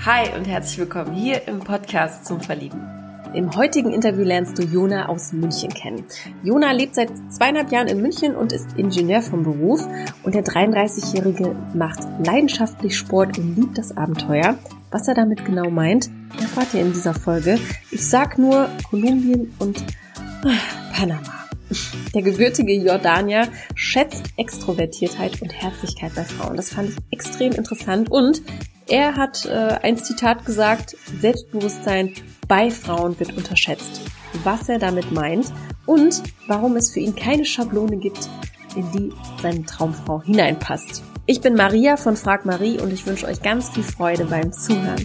Hi und herzlich willkommen hier im Podcast zum Verlieben. Im heutigen Interview lernst du Jona aus München kennen. Jona lebt seit 2,5 Jahren in München und ist Ingenieur vom Beruf. Und der 33-Jährige macht leidenschaftlich Sport und liebt das Abenteuer. Was er damit genau meint, erfahrt ihr in dieser Folge. Ich sag nur Kolumbien und Panama. Der gebürtige Jordanier schätzt Extrovertiertheit und Herzlichkeit bei Frauen. Das fand ich extrem interessant. Und er hat ein Zitat gesagt, Selbstbewusstsein bei Frauen wird unterschätzt. Was er damit meint und warum es für ihn keine Schablone gibt, in die seine Traumfrau hineinpasst. Ich bin Maria von Frag Marie und ich wünsche euch ganz viel Freude beim Zuhören.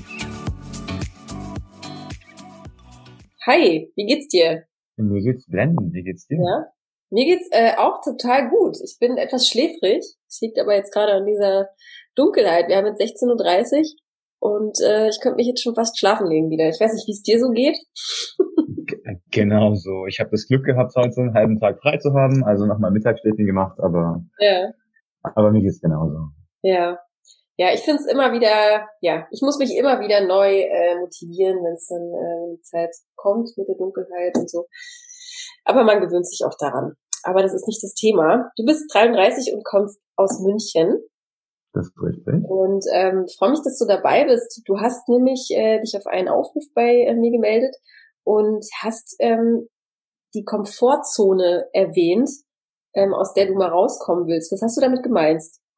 Hi, wie geht's dir? Mir geht's blendend. Wie geht's dir? Ja, mir geht's auch total gut. Ich bin etwas schläfrig. Es liegt aber jetzt gerade an dieser Dunkelheit. Wir haben jetzt 16:30 Uhr und ich könnte mich jetzt schon fast schlafen legen wieder. Ich weiß nicht, wie es dir so geht. Genau so. Ich habe das Glück gehabt, heute einen halben Tag frei zu haben, also nochmal Mittagsschläfchen gemacht, aber mir geht's genauso. Ja, ich finde es immer wieder, ich muss mich immer wieder neu motivieren, wenn es dann die Zeit kommt mit der Dunkelheit und so. Aber man gewöhnt sich auch daran. Aber das ist nicht das Thema. Du bist 33 und kommst aus München. Das ist richtig. Und freue mich, dass du dabei bist. Du hast nämlich dich auf einen Aufruf bei mir gemeldet und hast die Komfortzone erwähnt, aus der du mal rauskommen willst. Was hast du damit gemeint?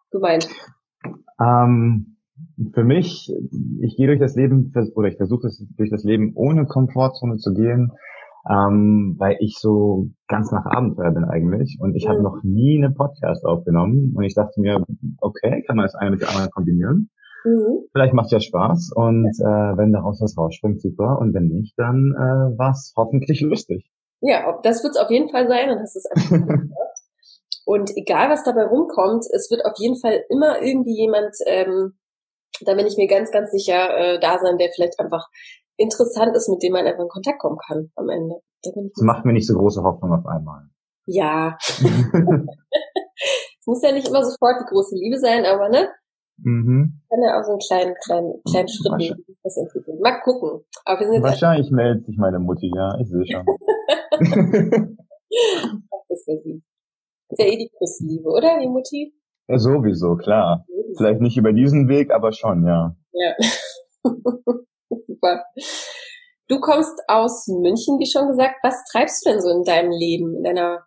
Für mich, ich gehe durch das Leben, oder ich versuche durch das Leben ohne Komfortzone zu gehen, weil ich so ganz nach Abenteuer bin eigentlich. Und ich habe noch nie einen Podcast aufgenommen. Und ich dachte mir, okay, kann man das eine mit dem anderen kombinieren? Vielleicht macht ja Spaß. Und wenn daraus was rausspringt, super. Und wenn nicht, dann war's hoffentlich lustig. Ja, das wird's auf jeden Fall sein. Dann hast du es einfach gemacht. Und egal, was dabei rumkommt, es wird auf jeden Fall immer irgendwie jemand, da bin ich mir ganz, ganz sicher, da sein, der vielleicht einfach interessant ist, mit dem man einfach in Kontakt kommen kann am Ende. Das macht mir nicht so große Hoffnung auf einmal. Ja. Es muss ja nicht immer sofort die große Liebe sein, aber ne? Kann ja auch so einen kleinen Schritt das entwickeln. Mal gucken. Aber wir sind jetzt wahrscheinlich meldet sich meine Mutti, ja, ich sehe schon. Das wäre süß. Ist ja die große Liebe, oder, die Mutti? Ja, sowieso, klar. Vielleicht nicht über diesen Weg, aber schon, ja. Ja. Super. Du kommst aus München, wie schon gesagt. Was treibst du denn so in deinem Leben,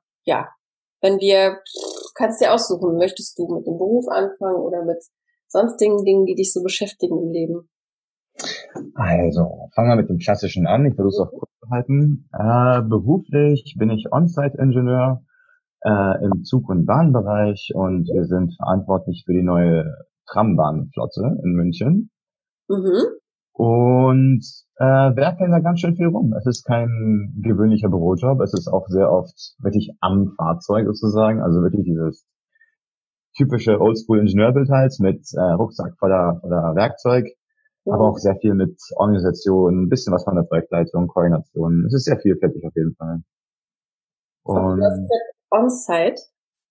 kannst dir aussuchen, möchtest du mit dem Beruf anfangen oder mit sonstigen Dingen, die dich so beschäftigen im Leben? Also, fangen wir mit dem Klassischen an. Ich versuche es auch kurz zu halten. Beruflich bin ich On-Site-Ingenieur im Zug- und Bahnbereich und wir sind verantwortlich für die neue Trambahnflotte in München. Und werkeln da ganz schön viel rum. Es ist kein gewöhnlicher Bürojob, es ist auch sehr oft wirklich am Fahrzeug sozusagen, also wirklich dieses typische Oldschool-Ingenieurbild halt mit Rucksack voller Werkzeug, aber auch sehr viel mit Organisation, ein bisschen was von der Projektleitung, Koordination. Es ist sehr vielfältig auf jeden Fall. Und was ist On-Site?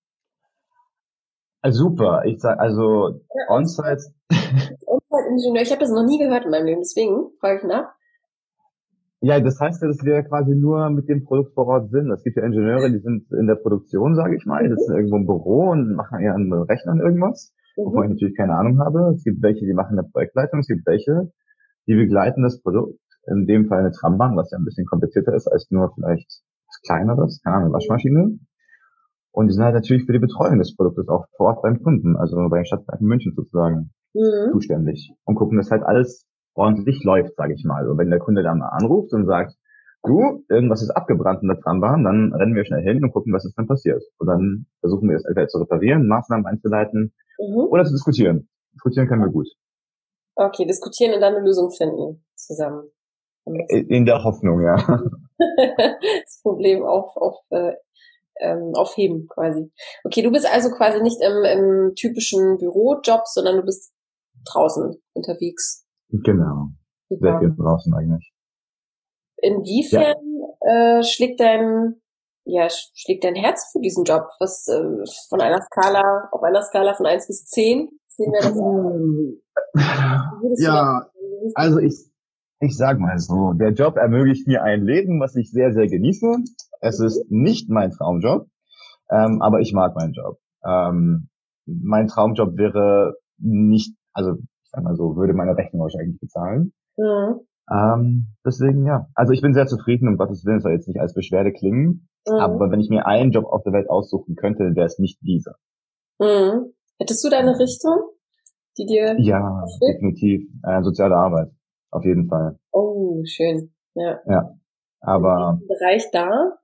Super, ich sag also On-Site. On-Site-Ingenieur, ich habe das noch nie gehört in meinem Leben, deswegen frage ich nach. Ja, das heißt ja, dass wir quasi nur mit dem Produkt vor Ort sind. Es gibt ja Ingenieure, die sind in der Produktion, sage ich mal, die sitzen irgendwo im Büro und machen ihren Rechnern irgendwas, wovon ich natürlich keine Ahnung habe. Es gibt welche, die machen eine Projektleitung, es gibt welche, die begleiten das Produkt, in dem Fall eine Trambahn, was ja ein bisschen komplizierter ist als nur vielleicht was Kleineres, keine Ahnung, Waschmaschine. Und die sind halt natürlich für die Betreuung des Produktes auch vor Ort beim Kunden, also bei den Stadtwerken München sozusagen, zuständig. Und gucken, dass halt alles ordentlich läuft, sage ich mal. Und wenn der Kunde dann mal anruft und sagt, du, irgendwas ist abgebrannt in der Trambahn, dann rennen wir schnell hin und gucken, was ist denn passiert. Und dann versuchen wir es entweder zu reparieren, Maßnahmen einzuleiten oder zu diskutieren. Diskutieren können wir gut. Okay, diskutieren und dann eine Lösung finden zusammen. In der Hoffnung, ja. Das Problem aufheben quasi. Okay, du bist also quasi nicht im typischen Bürojob, sondern du bist draußen unterwegs. Genau. Super. Sehr viel draußen eigentlich. Inwiefern schlägt dein Herz für diesen Job? Was auf einer Skala von 1 bis 10 sehen wir das? Ja, Also ich sag mal so, der Job ermöglicht mir ein Leben, was ich sehr, sehr genieße. Es ist nicht mein Traumjob, aber ich mag meinen Job. Mein Traumjob wäre nicht, also ich sag mal so, würde meine Rechnung wahrscheinlich nicht bezahlen. Mhm. Deswegen ja. Also ich bin sehr zufrieden, um Gottes Willen, soll jetzt nicht als Beschwerde klingen. Mhm. Aber wenn ich mir einen Job auf der Welt aussuchen könnte, wäre es nicht dieser. Mhm. Hättest du da eine Richtung, die dir Ja, gefällt? definitiv. Soziale Arbeit. Auf jeden Fall. Oh, schön. Ja. Ja. In Aber welchem Bereich da?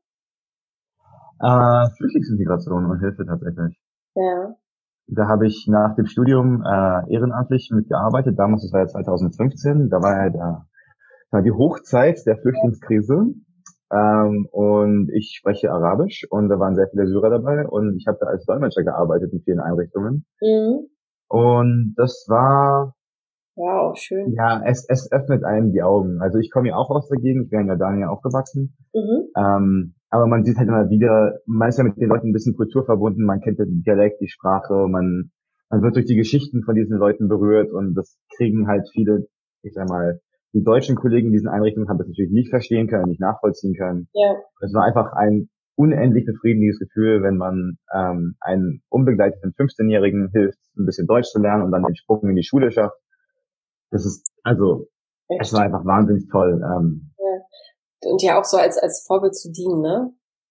Flüchtlingsintegration und Hilfe tatsächlich. Ja. Da habe ich nach dem Studium ehrenamtlich mitgearbeitet. Damals, das war ja 2015, da war ja war die Hochzeit der Flüchtlingskrise. Und ich spreche Arabisch und da waren sehr viele Syrer dabei und ich habe da als Dolmetscher gearbeitet in vielen Einrichtungen. Mhm. Und das war, Wow, schön. ja, es öffnet einem die Augen. Also ich komme ja auch aus der Gegend, ich bin in Jordanien aufgewachsen. Mhm. Aber man sieht halt immer wieder, man ist ja mit den Leuten ein bisschen kulturverbunden, man kennt den Dialekt, die Sprache, man wird durch die Geschichten von diesen Leuten berührt und das kriegen halt viele, ich sag mal, die deutschen Kollegen in diesen Einrichtungen haben das natürlich nicht verstehen können, nicht nachvollziehen können. Ja. Es war einfach ein unendlich befriedigendes Gefühl, wenn man einen unbegleiteten 15-Jährigen hilft, ein bisschen Deutsch zu lernen und dann den Sprung in die Schule schafft. Das ist, also, es Echt. war einfach wahnsinnig toll. Ja. Und ja auch so als Vorbild zu dienen, ne?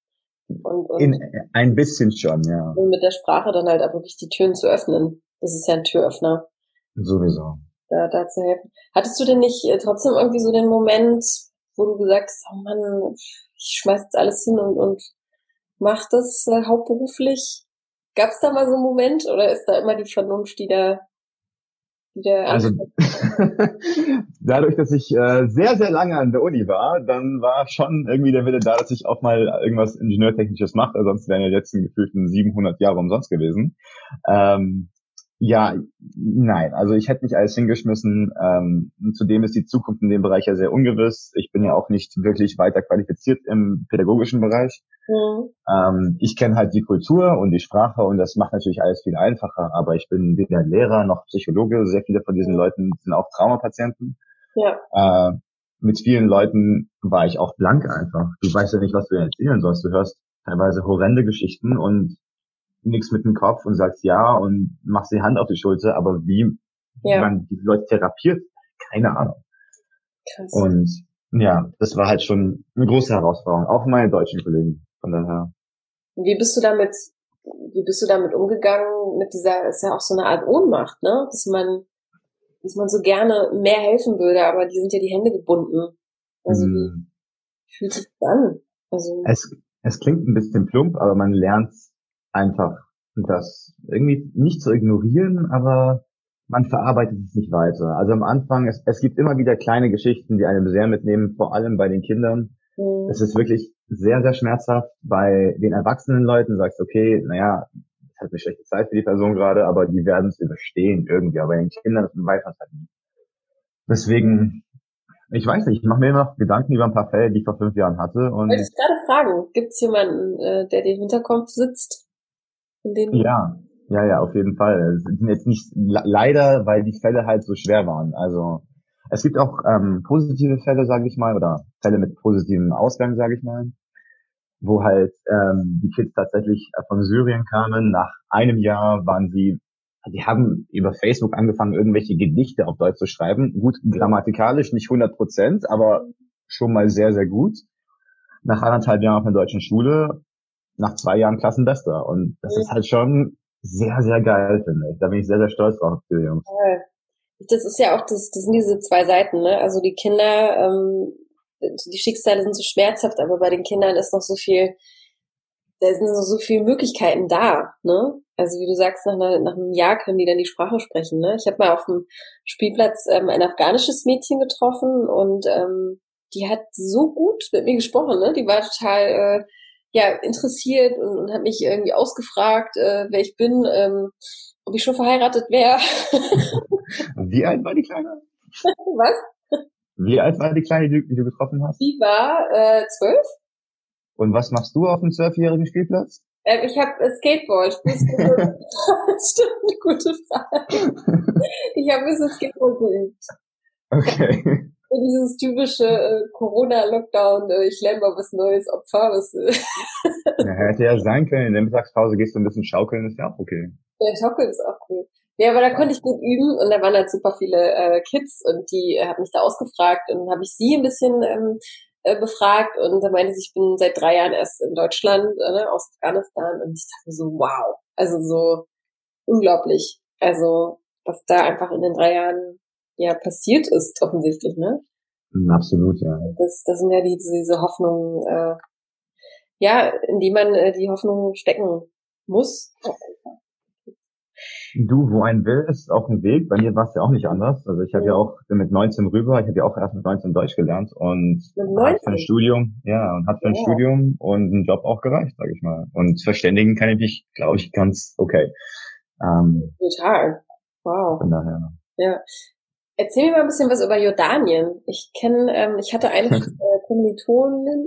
Und Ein bisschen schon, ja. mit der Sprache dann halt auch wirklich die Türen zu öffnen. Das ist ja ein Türöffner, Sowieso. da zu helfen. Hattest du denn nicht trotzdem irgendwie so den Moment, wo du gesagt hast, oh Mann, ich schmeiß jetzt alles hin und mach das hauptberuflich? Gab es da mal so einen Moment oder ist da immer die Vernunft, die da Also anspricht? dadurch, dass ich sehr, sehr lange an der Uni war, dann war schon irgendwie der Wille da, dass ich auch mal irgendwas Ingenieurtechnisches mache, sonst wären ja die letzten gefühlten 700 Jahre umsonst gewesen. Ähm, ja, nein, also ich hätte nicht alles hingeschmissen. Zudem ist die Zukunft in dem Bereich ja sehr ungewiss. Ich bin ja auch nicht wirklich weiter qualifiziert im pädagogischen Bereich. Mhm. Ich kenne halt die Kultur und die Sprache und das macht natürlich alles viel einfacher, aber ich bin weder Lehrer noch Psychologe. Sehr viele von diesen Leuten sind auch Traumapatienten. Ja, Mit vielen Leuten war ich auch blank einfach. Du weißt ja nicht, was du erzählen sollst. Du hörst teilweise horrende Geschichten und nichts mit dem Kopf und sagst ja und machst die Hand auf die Schulter, aber wie ja, man die Leute therapiert, keine Ahnung. krass. Und ja, das war halt schon eine große Herausforderung, auch für meine deutschen Kollegen. Von daher. Und wie bist du damit umgegangen mit dieser, ist ja auch so eine Art Ohnmacht, ne? Dass man so gerne mehr helfen würde, aber die sind ja die Hände gebunden. Also wie mh, fühlt sich das an? Also, es klingt ein bisschen plump, aber man lernt einfach, das irgendwie nicht zu ignorieren, aber man verarbeitet es nicht weiter. Also am Anfang, es gibt immer wieder kleine Geschichten, die einem sehr mitnehmen, vor allem bei den Kindern. Es ist wirklich sehr, sehr schmerzhaft. Bei den erwachsenen Leuten sagst du, okay, naja, es ist halt eine schlechte Zeit für die Person gerade, aber die werden es überstehen irgendwie. Aber bei den Kindern weiß man es halt nicht. Deswegen, ich weiß nicht, ich mache mir immer noch Gedanken über ein paar Fälle, die ich vor 5 Jahren hatte wollte und ich gerade fragen, gibt es jemanden, der dir im Hinterkopf sitzt, in den du, ja, ja, auf jeden Fall. Es sind jetzt nicht leider, weil die Fälle halt so schwer waren. Also es gibt auch positive Fälle, sage ich mal, oder Fälle mit positivem Ausgang, sage ich mal, wo halt die Kids tatsächlich von Syrien kamen. Nach einem Jahr die haben über Facebook angefangen, irgendwelche Gedichte auf Deutsch zu schreiben. Gut, grammatikalisch nicht 100%, aber schon mal sehr, sehr gut. Nach 1,5 Jahren auf einer deutschen Schule, nach 2 Jahren Klassenbester. Und das ist halt schon sehr, sehr geil, finde ich. Da bin ich sehr, sehr stolz drauf für die Jungs. das ist ja auch, das sind diese zwei Seiten, ne? Also die Kinder, die Schicksale sind so schmerzhaft, aber bei den Kindern ist noch so viel, da sind noch so viele Möglichkeiten da, ne? Also wie du sagst, nach einem Jahr können die dann die Sprache sprechen, ne? Ich habe mal auf dem Spielplatz ein afghanisches Mädchen getroffen und die hat so gut mit mir gesprochen, ne? Die war total ja interessiert und hat mich irgendwie ausgefragt, wer ich bin, ob ich schon verheiratet wäre. Wie alt war die Kleine? Was? Wie alt war die Kleine, die du getroffen hast? Die war 12. Und was machst du auf dem 12-jährigen Spielplatz? Ich habe Skateboard. Stimmt, gute Frage. Ich habe ein bisschen Skateboard geübt. Okay. So dieses typische Corona-Lockdown, ich lerne mal was Neues, Opfer, was Ja, hätte ja sein können, in der Mittagspause gehst du ein bisschen schaukeln, ist ja auch okay. der Schaukel ist auch cool. Ja, aber da konnte ich gut üben und da waren halt super viele Kids und die haben mich da ausgefragt und dann habe ich sie ein bisschen befragt und da meinte sie, ich bin seit 3 Jahren erst in Deutschland, aus Afghanistan und ich dachte so, wow, also so unglaublich. Also was da einfach in den 3 Jahren ja passiert ist, offensichtlich, ne? Absolut, ja. Das sind ja diese Hoffnungen, ja, in die man die Hoffnung stecken muss. Du, wo ein will, ist auch ein Weg. Bei mir war es ja auch nicht anders. Also ich habe ja auch bin mit 19 rüber. Ich habe ja auch erst mit 19 Deutsch gelernt und Mit hat für ein 19? Studium, ja, und hat für ein Ja, Studium und einen Job auch gereicht, sage ich mal. Und verständigen kann ich mich, glaube ich, ganz okay. total. Wow. Von daher. Ja. Erzähl mir mal ein bisschen was über Jordanien. Ich hatte eine Kommilitonin,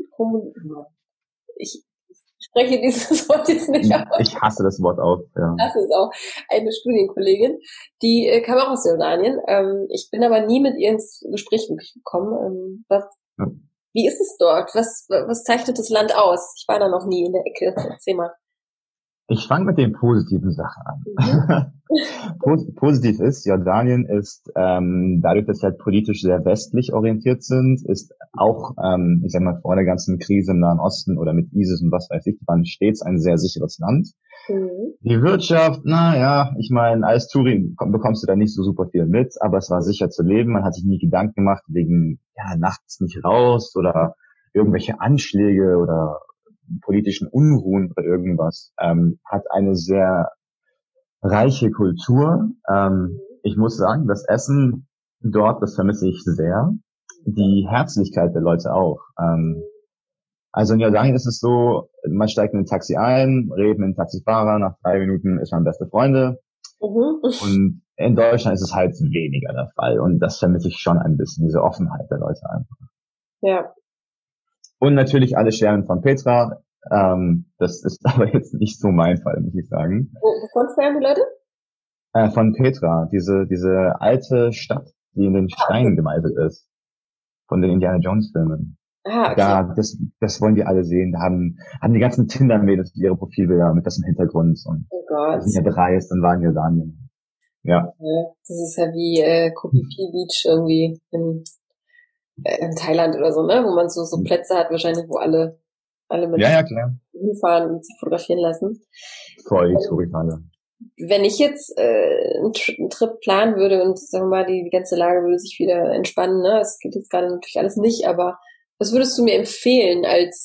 ich spreche dieses Wort jetzt nicht aus. Ich hasse das Wort auch, ja. Das ist auch eine Studienkollegin, die kam auch aus Jordanien. Ich bin aber nie mit ihr ins Gespräch wirklich gekommen. Ja. Wie ist es dort? Was zeichnet das Land aus? Ich war da noch nie in der Ecke. Erzähl mal. Ich fange mit den positiven Sachen an. Mhm. Positiv ist, Jordanien ist, dadurch, dass sie halt politisch sehr westlich orientiert sind, ist auch, ich sag mal, vor der ganzen Krise im Nahen Osten oder mit ISIS und was weiß ich, waren stets ein sehr sicheres Land. Mhm. Die Wirtschaft, naja, ich meine, als Touri bekommst du da nicht so super viel mit, aber es war sicher zu leben. Man hat sich nie Gedanken gemacht wegen, ja, nachts nicht raus oder irgendwelche Anschläge oder politischen Unruhen oder irgendwas. Hat eine sehr reiche Kultur. Ich muss sagen, das Essen dort, das vermisse ich sehr. Die Herzlichkeit der Leute auch. Also in Jordanien ist es so, man steigt in ein Taxi ein, redet mit dem Taxifahrer, nach 3 Minuten ist man beste Freunde. Mhm. Und in Deutschland ist es halt weniger der Fall. Und das vermisse ich schon ein bisschen, diese Offenheit der Leute einfach. Ja. Und natürlich alle schwärmen von Petra. Das ist aber jetzt nicht so mein Fall, muss ich sagen. Wovon schwärmen die Leute? Von Petra, diese alte Stadt, die in den Steinen gemeißelt ist. Von den Indiana Jones Filmen. Ah, okay. Das wollen die alle sehen. Da haben die ganzen Tinder-Mädels ihre Profilbilder mit das im Hintergrund. Und Oh die Gott. sind ja bereist und waren ja da. Ja. Das ist ja wie Koh Phi Phi Beach irgendwie in Thailand oder so, ne? Wo man so Plätze hat wahrscheinlich, wo alle Ja, Menschen ja, klar. hinfahren und sich fotografieren lassen. Voll die Touri-Falle. Wenn ich jetzt einen Trip planen würde und sagen wir mal, die ganze Lage würde sich wieder entspannen, ne? Es geht jetzt gerade natürlich alles nicht, aber was würdest du mir empfehlen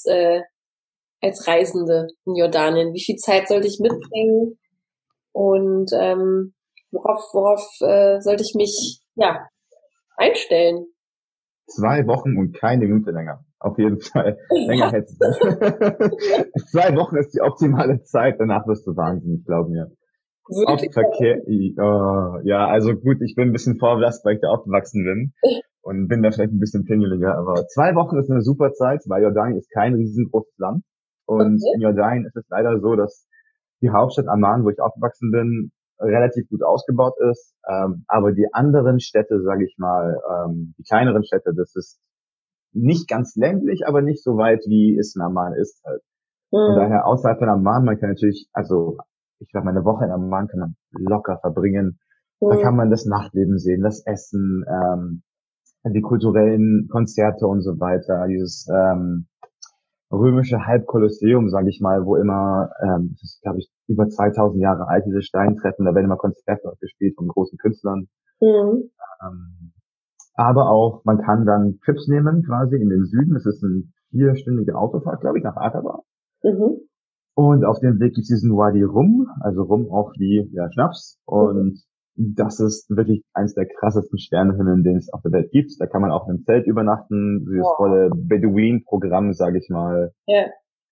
als Reisende in Jordanien? Wie viel Zeit sollte ich mitbringen? Und worauf sollte ich mich ja einstellen? 2 Wochen und keine Minute länger. Auf jeden Fall. Länger hätte es nicht. 2 Wochen ist die optimale Zeit. Danach wirst du wahnsinnig, glaub mir. Wirklich? Oft Verkehr, ja, also gut, ich bin ein bisschen vorwärts, weil ich da aufgewachsen bin und bin da vielleicht ein bisschen pingeliger, aber 2 Wochen ist eine super Zeit, weil Jordanien ist kein riesengroßes Land und Okay. in Jordanien ist es leider so, dass die Hauptstadt Amman, wo ich aufgewachsen bin, relativ gut ausgebaut ist, aber die anderen Städte, sage ich mal, die kleineren Städte, das ist nicht ganz ländlich, aber nicht so weit, wie es in Amman ist halt. Von Hm. daher außerhalb von Amman, man kann natürlich, also ich glaube, eine Woche in Amman kann man locker verbringen. Da Hm. kann man das Nachtleben sehen, das Essen, die kulturellen Konzerte und so weiter, dieses römische Halbkolosseum, sage ich mal, wo immer, das ist, glaube ich, über 2000 Jahre alt, diese Steintreppen, da werden immer Konzerte auch gespielt von großen Künstlern. Hm. Ähm, aber auch, man kann dann Trips nehmen quasi in den Süden. Es ist ein 4-stündige Autofahrt, glaube ich, nach Aqaba. Mhm. Und auf dem Weg gibt es diesen Wadi Rum, also Rum auch wie ja, Schnaps. Mhm. Und das ist wirklich eins der krassesten Sternenhimmeln, den es auf der Welt gibt. Da kann man auch im Zelt übernachten, so das Wow. volle Beduin-Programm, sage ich mal. Ja.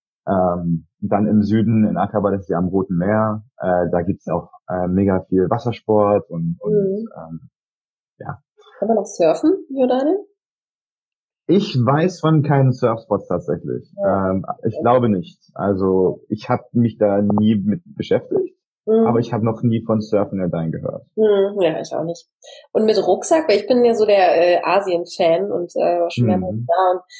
Dann im Süden in Aqaba, das ist ja am Roten Meer, da gibt's auch mega viel Wassersport und Mhm. ja. Kann man noch surfen in Jordanien? Ich weiß von keinen Surfspots tatsächlich. Ja. Ich glaube nicht. Also ich habe mich da nie mit beschäftigt. aber ich habe noch nie von Surfen Alpine gehört. Ja, ich auch nicht. Und mit Rucksack, weil ich bin ja so der Asien-Fan und war schon mehrmals da. Und,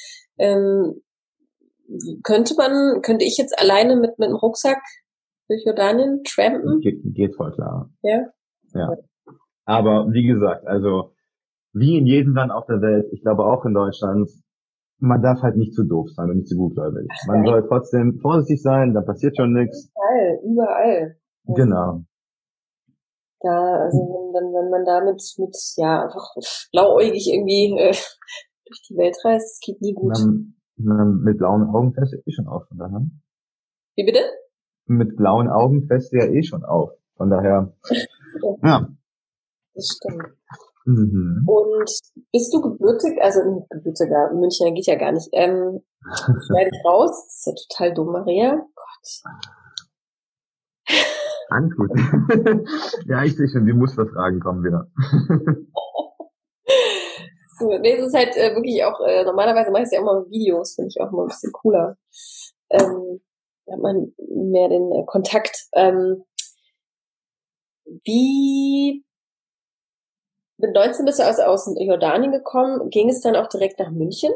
könnte ich jetzt alleine mit einem Rucksack durch Jordanien trampen? Geht voll klar. Ja? Ja. Aber wie gesagt, also wie in jedem Land auf der Welt, ich glaube auch in Deutschland, man darf halt nicht zu doof sein und nicht zu gutgläubig. Man soll trotzdem vorsichtig sein, da passiert schon nichts. Überall. Genau. Da, also wenn man da mit ja, einfach blauäugig irgendwie durch die Welt reist, das geht nie gut. Mit blauen Augen fährst du eh schon auf, von daher. Wie bitte? Mit blauen Augen fährst du ja eh schon auf, von daher. Ja. Das stimmt. Und bist du gebürtig, also nicht gebürtiger, Münchner geht ja gar nicht, schneide ich raus, das ist ja total dumm, Maria. Gott. Alles gut. Ja, ich sehe schon, die Musterfragen kommen wieder. So, nee, es ist halt wirklich auch, normalerweise mache ich es ja auch mal mit Videos, finde ich auch mal ein bisschen cooler. Da hat man mehr den Kontakt. Wie mit 19 bist du aus Jordanien gekommen, ging es dann auch direkt nach München?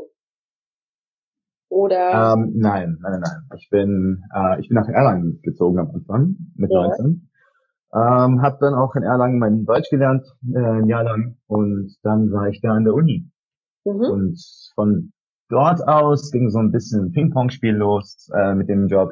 Oder? Nein. Ich bin nach Erlangen gezogen am Anfang, mit 19. Hab dann auch in Erlangen mein Deutsch gelernt, ein Jahr lang, und dann war ich da an der Uni. Und von dort aus ging so ein bisschen Ping-Pong-Spiel los, mit dem Job.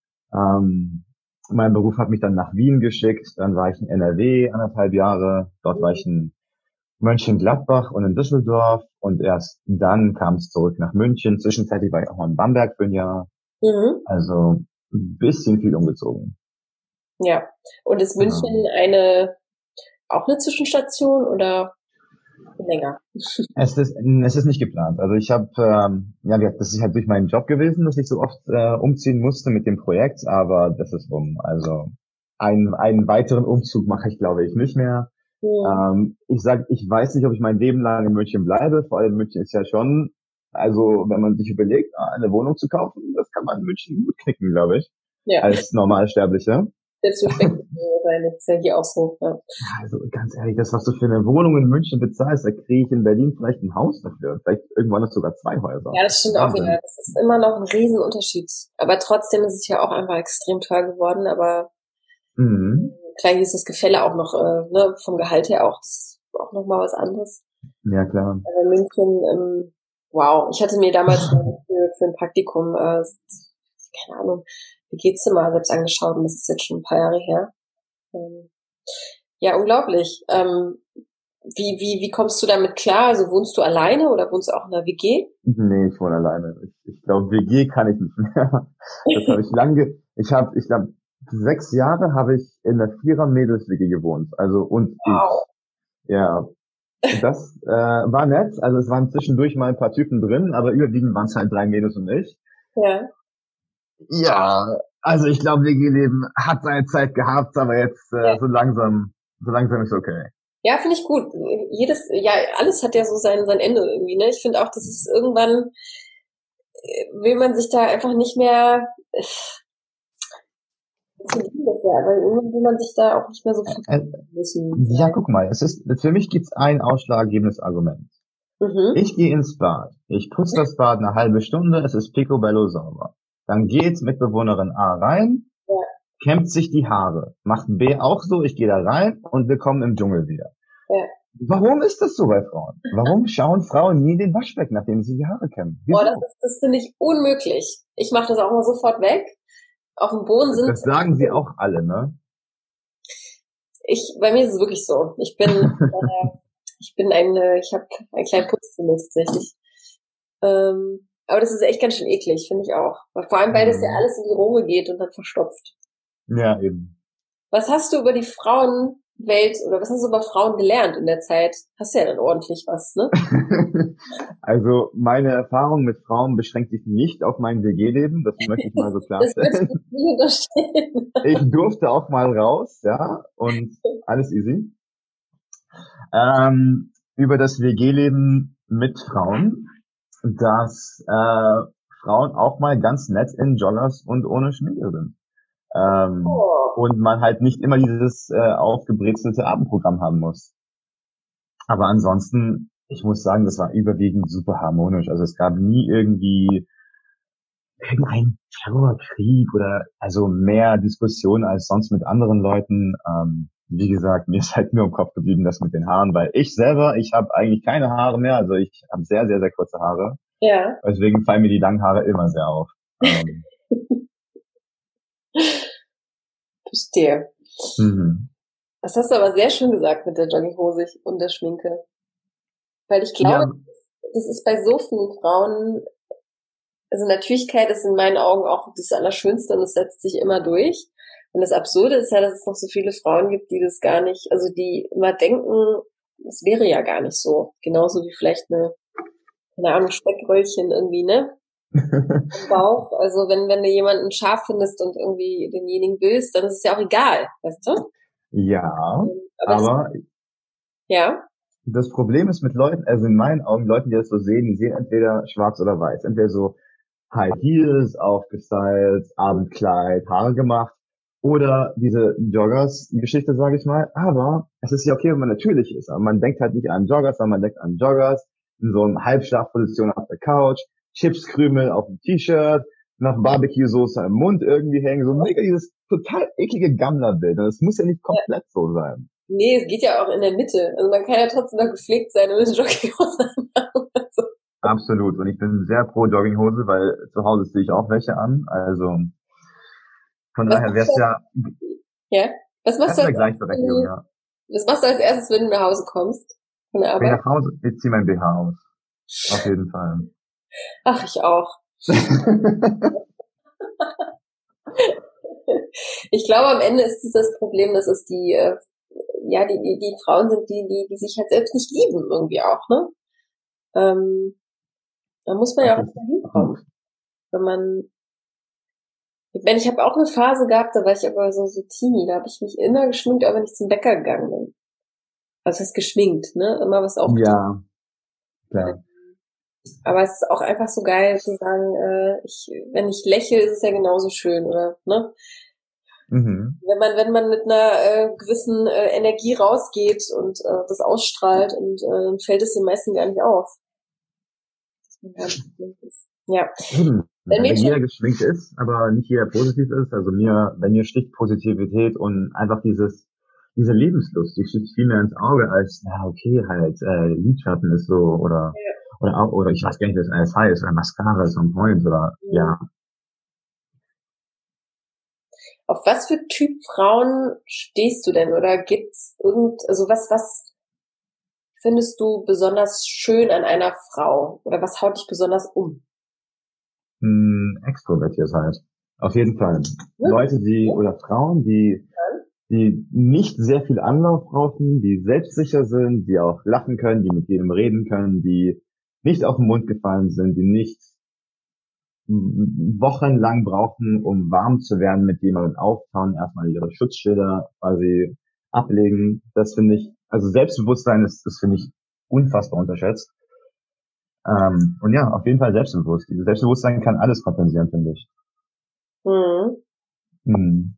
Mein Beruf hat mich dann nach Wien geschickt, dann war ich in NRW 1,5 Jahre, dort war ich in Mönchengladbach und in Düsseldorf, und erst dann kam es zurück nach München. Zwischenzeitlich war ich auch mal in Bamberg für ein Jahr. Also ein bisschen viel umgezogen. Ja. Und ist München auch eine Zwischenstation oder länger? Es ist nicht geplant. Also ich habe, das ist halt durch meinen Job gewesen, dass ich so oft umziehen musste mit dem Projekt, aber das ist rum. Also einen weiteren Umzug mache ich, glaube ich, nicht mehr. Ich weiß nicht, ob ich mein Leben lang in München bleibe. Vor allem München ist ja schon, also wenn man sich überlegt, eine Wohnung zu kaufen, das kann man in München gut knicken, glaube ich, als Normalsterblicher. Selbstverständlich sein, das ist ja hier auch so. Ja. Also ganz ehrlich, das, was du für eine Wohnung in München bezahlst, da kriege ich in Berlin vielleicht ein Haus dafür. Vielleicht irgendwann noch sogar 2 Häuser. Ja, das stimmt auch wieder. Das ist immer noch ein Riesenunterschied. Aber trotzdem ist es ja auch einfach extrem teuer geworden. Aber klar, hier ist das Gefälle auch noch, vom Gehalt her auch, das ist auch noch mal was anderes. Ja, klar. Aber München, wow. Ich hatte mir damals für ein Praktikum, keine Ahnung, WG-Zimmer selbst angeschaut, und das ist jetzt schon ein paar Jahre her. Ja, unglaublich. Wie kommst du damit klar? Also wohnst du alleine oder wohnst du auch in einer WG? Nee, ich wohne alleine. Ich glaube, WG kann ich nicht mehr. Das habe ich glaube, 6 Jahre habe ich in einer 4er-Mädels-WG gewohnt. Also, und wow. Ja. Das war nett. Also es waren zwischendurch mal ein paar Typen drin, aber überwiegend waren es halt 3 Mädels und ich. Ja. Ja, also ich glaube, WG-Leben hat seine Zeit gehabt, aber jetzt so langsam ist okay. Ja, finde ich gut. Alles hat ja so sein Ende irgendwie, ne? Ich finde auch, dass es irgendwann will man sich da einfach nicht mehr weil irgendwann will man sich da auch nicht mehr so müssen. Ja, guck mal, für mich gibt's ein ausschlaggebendes Argument. Ich gehe ins Bad, ich putze das Bad eine halbe Stunde, es ist picobello sauber. Dann geht Mitbewohnerin A rein, kämmt sich die Haare, macht B auch so, ich gehe da rein und willkommen im Dschungel wieder. Ja. Warum ist das so bei Frauen? Warum schauen Frauen nie in den Waschbecken, nachdem sie die Haare kämmen? Wieso? Das finde ich unmöglich. Ich mache das auch mal sofort weg. Auf dem Boden sind. Das sagen sie auch alle, ne? Bei mir ist es wirklich so. Ich habe einen kleinen Putzfimmel tatsächlich. Aber das ist echt ganz schön eklig, finde ich auch. Vor allem, weil das ja alles in die Rohre geht und dann verstopft. Ja, eben. Was hast du über die Frauenwelt oder was hast du über Frauen gelernt in der Zeit? Hast du ja dann ordentlich was, ne? Also meine Erfahrung mit Frauen beschränkt sich nicht auf mein WG-Leben, das möchte ich mal so klarstellen. Ich durfte auch mal raus, ja, und alles easy. Über das WG-Leben mit Frauen, dass Frauen auch mal ganz nett in Joggers und ohne Schminke sind. Oh. Und man halt nicht immer dieses aufgebrezelte Abendprogramm haben muss. Aber ansonsten, ich muss sagen, das war überwiegend super harmonisch. Also es gab nie irgendwie irgendeinen Terrorkrieg oder also mehr Diskussionen als sonst mit anderen Leuten. Wie gesagt, mir ist halt nur im Kopf geblieben, das mit den Haaren, weil ich habe eigentlich keine Haare mehr. Also ich habe sehr, sehr, sehr kurze Haare. Ja. Deswegen fallen mir die langen Haare immer sehr auf. Verstehe. Mhm. Das hast du aber sehr schön gesagt mit der Jogginghose und der Schminke. Weil ich Ja, glaube, das ist bei so vielen Frauen, also Natürlichkeit ist in meinen Augen auch das Allerschönste und es setzt sich immer durch. Und das Absurde ist ja, dass es noch so viele Frauen gibt, die das gar nicht, also die immer denken, es wäre ja gar nicht so. Genauso wie vielleicht keine Ahnung, Speckröllchen irgendwie, ne? Im Bauch. Also wenn du jemanden scharf findest und irgendwie denjenigen willst, dann ist es ja auch egal, weißt du? ja, Aber aber ja, das Problem ist mit Leuten, also in meinen Augen, Leuten, die das so sehen, die sehen entweder schwarz oder weiß. Entweder so High Heels, aufgestylt, Abendkleid, Haare gemacht oder diese Joggers-Geschichte, sage ich mal. Aber es ist ja okay, wenn man natürlich ist. Aber man denkt halt nicht an Joggers, sondern man denkt an Joggers in so einer Halbschlafposition auf der Couch, Chipskrümel auf dem T-Shirt, noch Barbecue-Soße im Mund irgendwie hängen. So mega dieses total eklige Gammlerbild. Und es muss ja nicht ja. komplett so sein. Nee, es geht ja auch in der Mitte. Also man kann ja trotzdem noch gepflegt sein und eine Jogginghose anhaben. Also, Absolut. Und ich bin sehr pro Jogginghose, weil zu Hause ziehe ich auch welche an. Also von was daher machst wäre es du, ja, ja? Was machst du das als wäre erstes, Gleichberechtigung, ja. wenn du nach Hause kommst von der Wenn ich Arbeit? nach Hause, ich ziehe mein BH aus. Auf jeden Fall. Ach, ich auch. Ich glaube, am Ende ist es das Problem, dass es die Frauen sind, die sich halt selbst nicht lieben irgendwie auch, ne? Da muss man Das ja auch ist erstmal gut. hinkommen. Ich habe auch eine Phase gehabt, da war ich aber so teeny, da habe ich mich immer geschminkt, auch wenn ich zum Bäcker gegangen bin. Also das heißt geschminkt, ne? Immer was aufgetragen. Ja, klar. Aber es ist auch einfach so geil zu sagen, wenn ich lächle, ist es ja genauso schön, oder, ne? Mhm. Wenn man mit einer gewissen Energie rausgeht und das ausstrahlt und dann fällt es den meisten gar nicht auf. Dass man gar nicht geschminkt ist. Ja. Eben. Wenn Wenn Mädchen, jeder geschminkt ist, aber nicht jeder positiv ist, also wenn mir sticht Positivität und einfach diese Lebenslust, die sticht viel mehr ins Auge als, na okay, halt, Lidschatten ist so oder ich weiß gar nicht, wie das alles heißt, oder Mascara ist on point oder ja. auf was für Typ Frauen stehst du denn? Oder gibt's also was findest du besonders schön an einer Frau? Oder was haut dich besonders um? Extrovertiert halt. Auf jeden Fall. Ne? Leute, oder Frauen, die nicht sehr viel Anlauf brauchen, die selbstsicher sind, die auch lachen können, die mit jedem reden können, die nicht auf den Mund gefallen sind, die nicht wochenlang brauchen, um warm zu werden mit jemandem auftauen, erstmal ihre Schutzschilder quasi ablegen. Das finde ich, also Selbstbewusstsein das finde ich unfassbar unterschätzt. Und ja, auf jeden Fall selbstbewusst. Dieses Selbstbewusstsein kann alles kompensieren, finde ich. Mhm. Hm.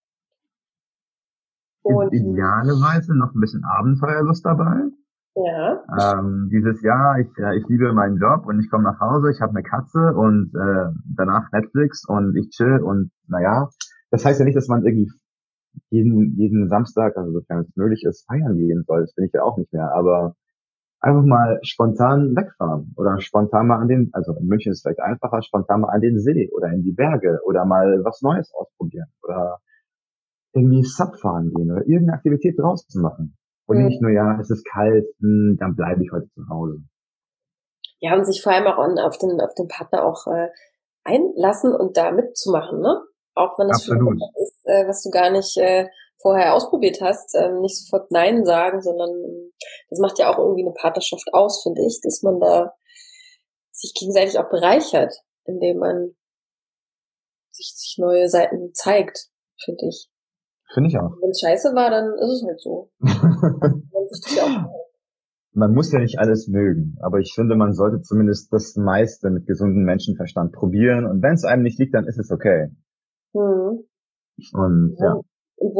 Und Idealerweise noch ein bisschen Abenteuerlust dabei. ja, Dieses Jahr, ich liebe meinen Job und ich komme nach Hause, ich habe eine Katze und danach Netflix und ich chill und naja, das heißt ja nicht, dass man irgendwie jeden Samstag, also sofern es möglich ist, feiern gehen soll. Das bin ich ja auch nicht mehr, aber einfach mal spontan wegfahren oder spontan mal also in München ist es vielleicht einfacher, spontan mal an den See oder in die Berge oder mal was Neues ausprobieren oder irgendwie Sub fahren gehen oder irgendeine Aktivität draußen machen. Und nicht mhm. nur, ja, es ist kalt, dann bleibe ich heute zu Hause. Ja, und sich vor allem auch auf den Partner auch einlassen und da mitzumachen, ne? Auch wenn es vielleicht Absolut. etwas ist, was du gar nicht vorher ausprobiert hast, nicht sofort Nein sagen, sondern das macht ja auch irgendwie eine Partnerschaft aus, finde ich, dass man da sich gegenseitig auch bereichert, indem man sich neue Seiten zeigt, finde ich. Finde ich auch. Wenn es scheiße war, dann ist es halt so. Man sich das ja auch. Man muss ja nicht alles mögen, aber ich finde, man sollte zumindest das meiste mit gesundem Menschenverstand probieren und wenn es einem nicht liegt, dann ist es okay. Mhm. Und ja. Und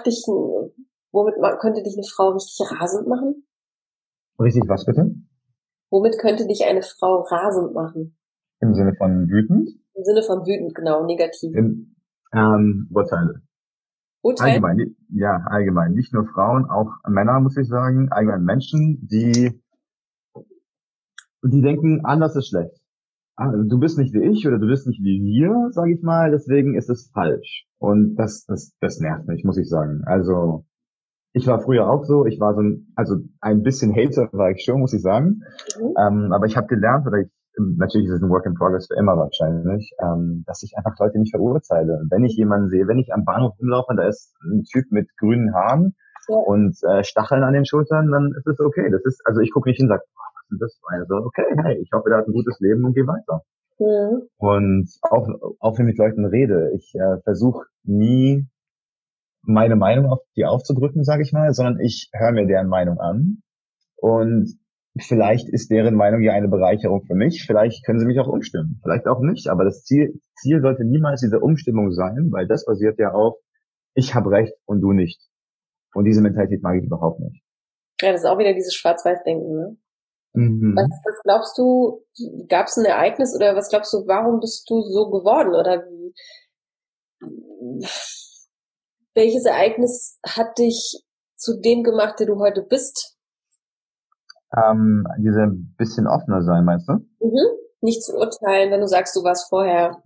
könnte dich eine Frau richtig rasend machen? Richtig, was bitte? Womit könnte dich eine Frau rasend machen? Im Sinne von wütend? Im Sinne von wütend, genau, negativ. Urteile. Urteil? Allgemein, ja, allgemein. Nicht nur Frauen, auch Männer, muss ich sagen. Allgemein Menschen, die denken, anders ist schlecht. Du bist nicht wie ich oder du bist nicht wie wir, sage ich mal, deswegen ist es falsch. Und das nervt mich, muss ich sagen. Also, ich war früher auch so, ich war also ein bisschen Hater war ich schon, muss ich sagen. Aber ich habe gelernt, natürlich ist es ein Work in Progress für immer wahrscheinlich, dass ich einfach Leute nicht verurteile. Wenn ich jemanden sehe, wenn ich am Bahnhof rumlaufe und da ist ein Typ mit grünen Haaren und Stacheln an den Schultern, dann ist es okay. Also ich gucke nicht hin und sage, was ist das für eine? So, okay, hey, ich hoffe, der hat ein gutes Leben und geh weiter. Mhm. Und auch wenn ich mit Leuten rede, ich versuche nie meine Meinung auf die aufzudrücken, sage ich mal, sondern ich höre mir deren Meinung an und vielleicht ist deren Meinung ja eine Bereicherung für mich, vielleicht können sie mich auch umstimmen, vielleicht auch nicht, aber das Ziel sollte niemals diese Umstimmung sein, weil das basiert ja auf, ich habe recht und du nicht. Und diese Mentalität mag ich überhaupt nicht. Ja, das ist auch wieder dieses Schwarz-Weiß-Denken, ne? Mhm. Was glaubst du, gab es ein Ereignis oder was glaubst du, warum bist du so geworden oder welches Ereignis hat dich zu dem gemacht, der du heute bist? Diese bisschen offener sein, meinst du? Mhm. Nicht zu urteilen, wenn du sagst, du warst vorher.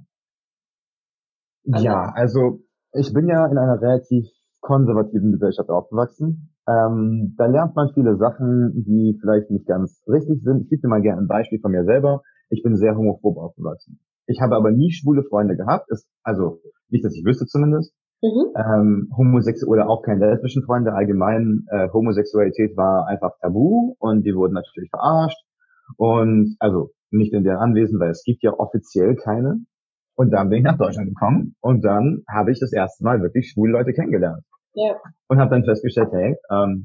Ja, also ich bin ja in einer relativ konservativen Gesellschaft aufgewachsen. Da lernt man viele Sachen, die vielleicht nicht ganz richtig sind. Ich gebe dir mal gerne ein Beispiel von mir selber. Ich bin sehr homophob aufgewachsen. Ich habe aber nie schwule Freunde gehabt. Also nicht, dass ich wüsste zumindest. Homosexuelle oder auch keine lesbischen Freunde. Allgemein Homosexualität war einfach tabu und die wurden natürlich verarscht. Und also nicht in deren Anwesen, weil es gibt ja offiziell keine. Und dann bin ich nach Deutschland gekommen und dann habe ich das erste Mal wirklich schwule Leute kennengelernt. Ja. Und habe dann festgestellt, hey,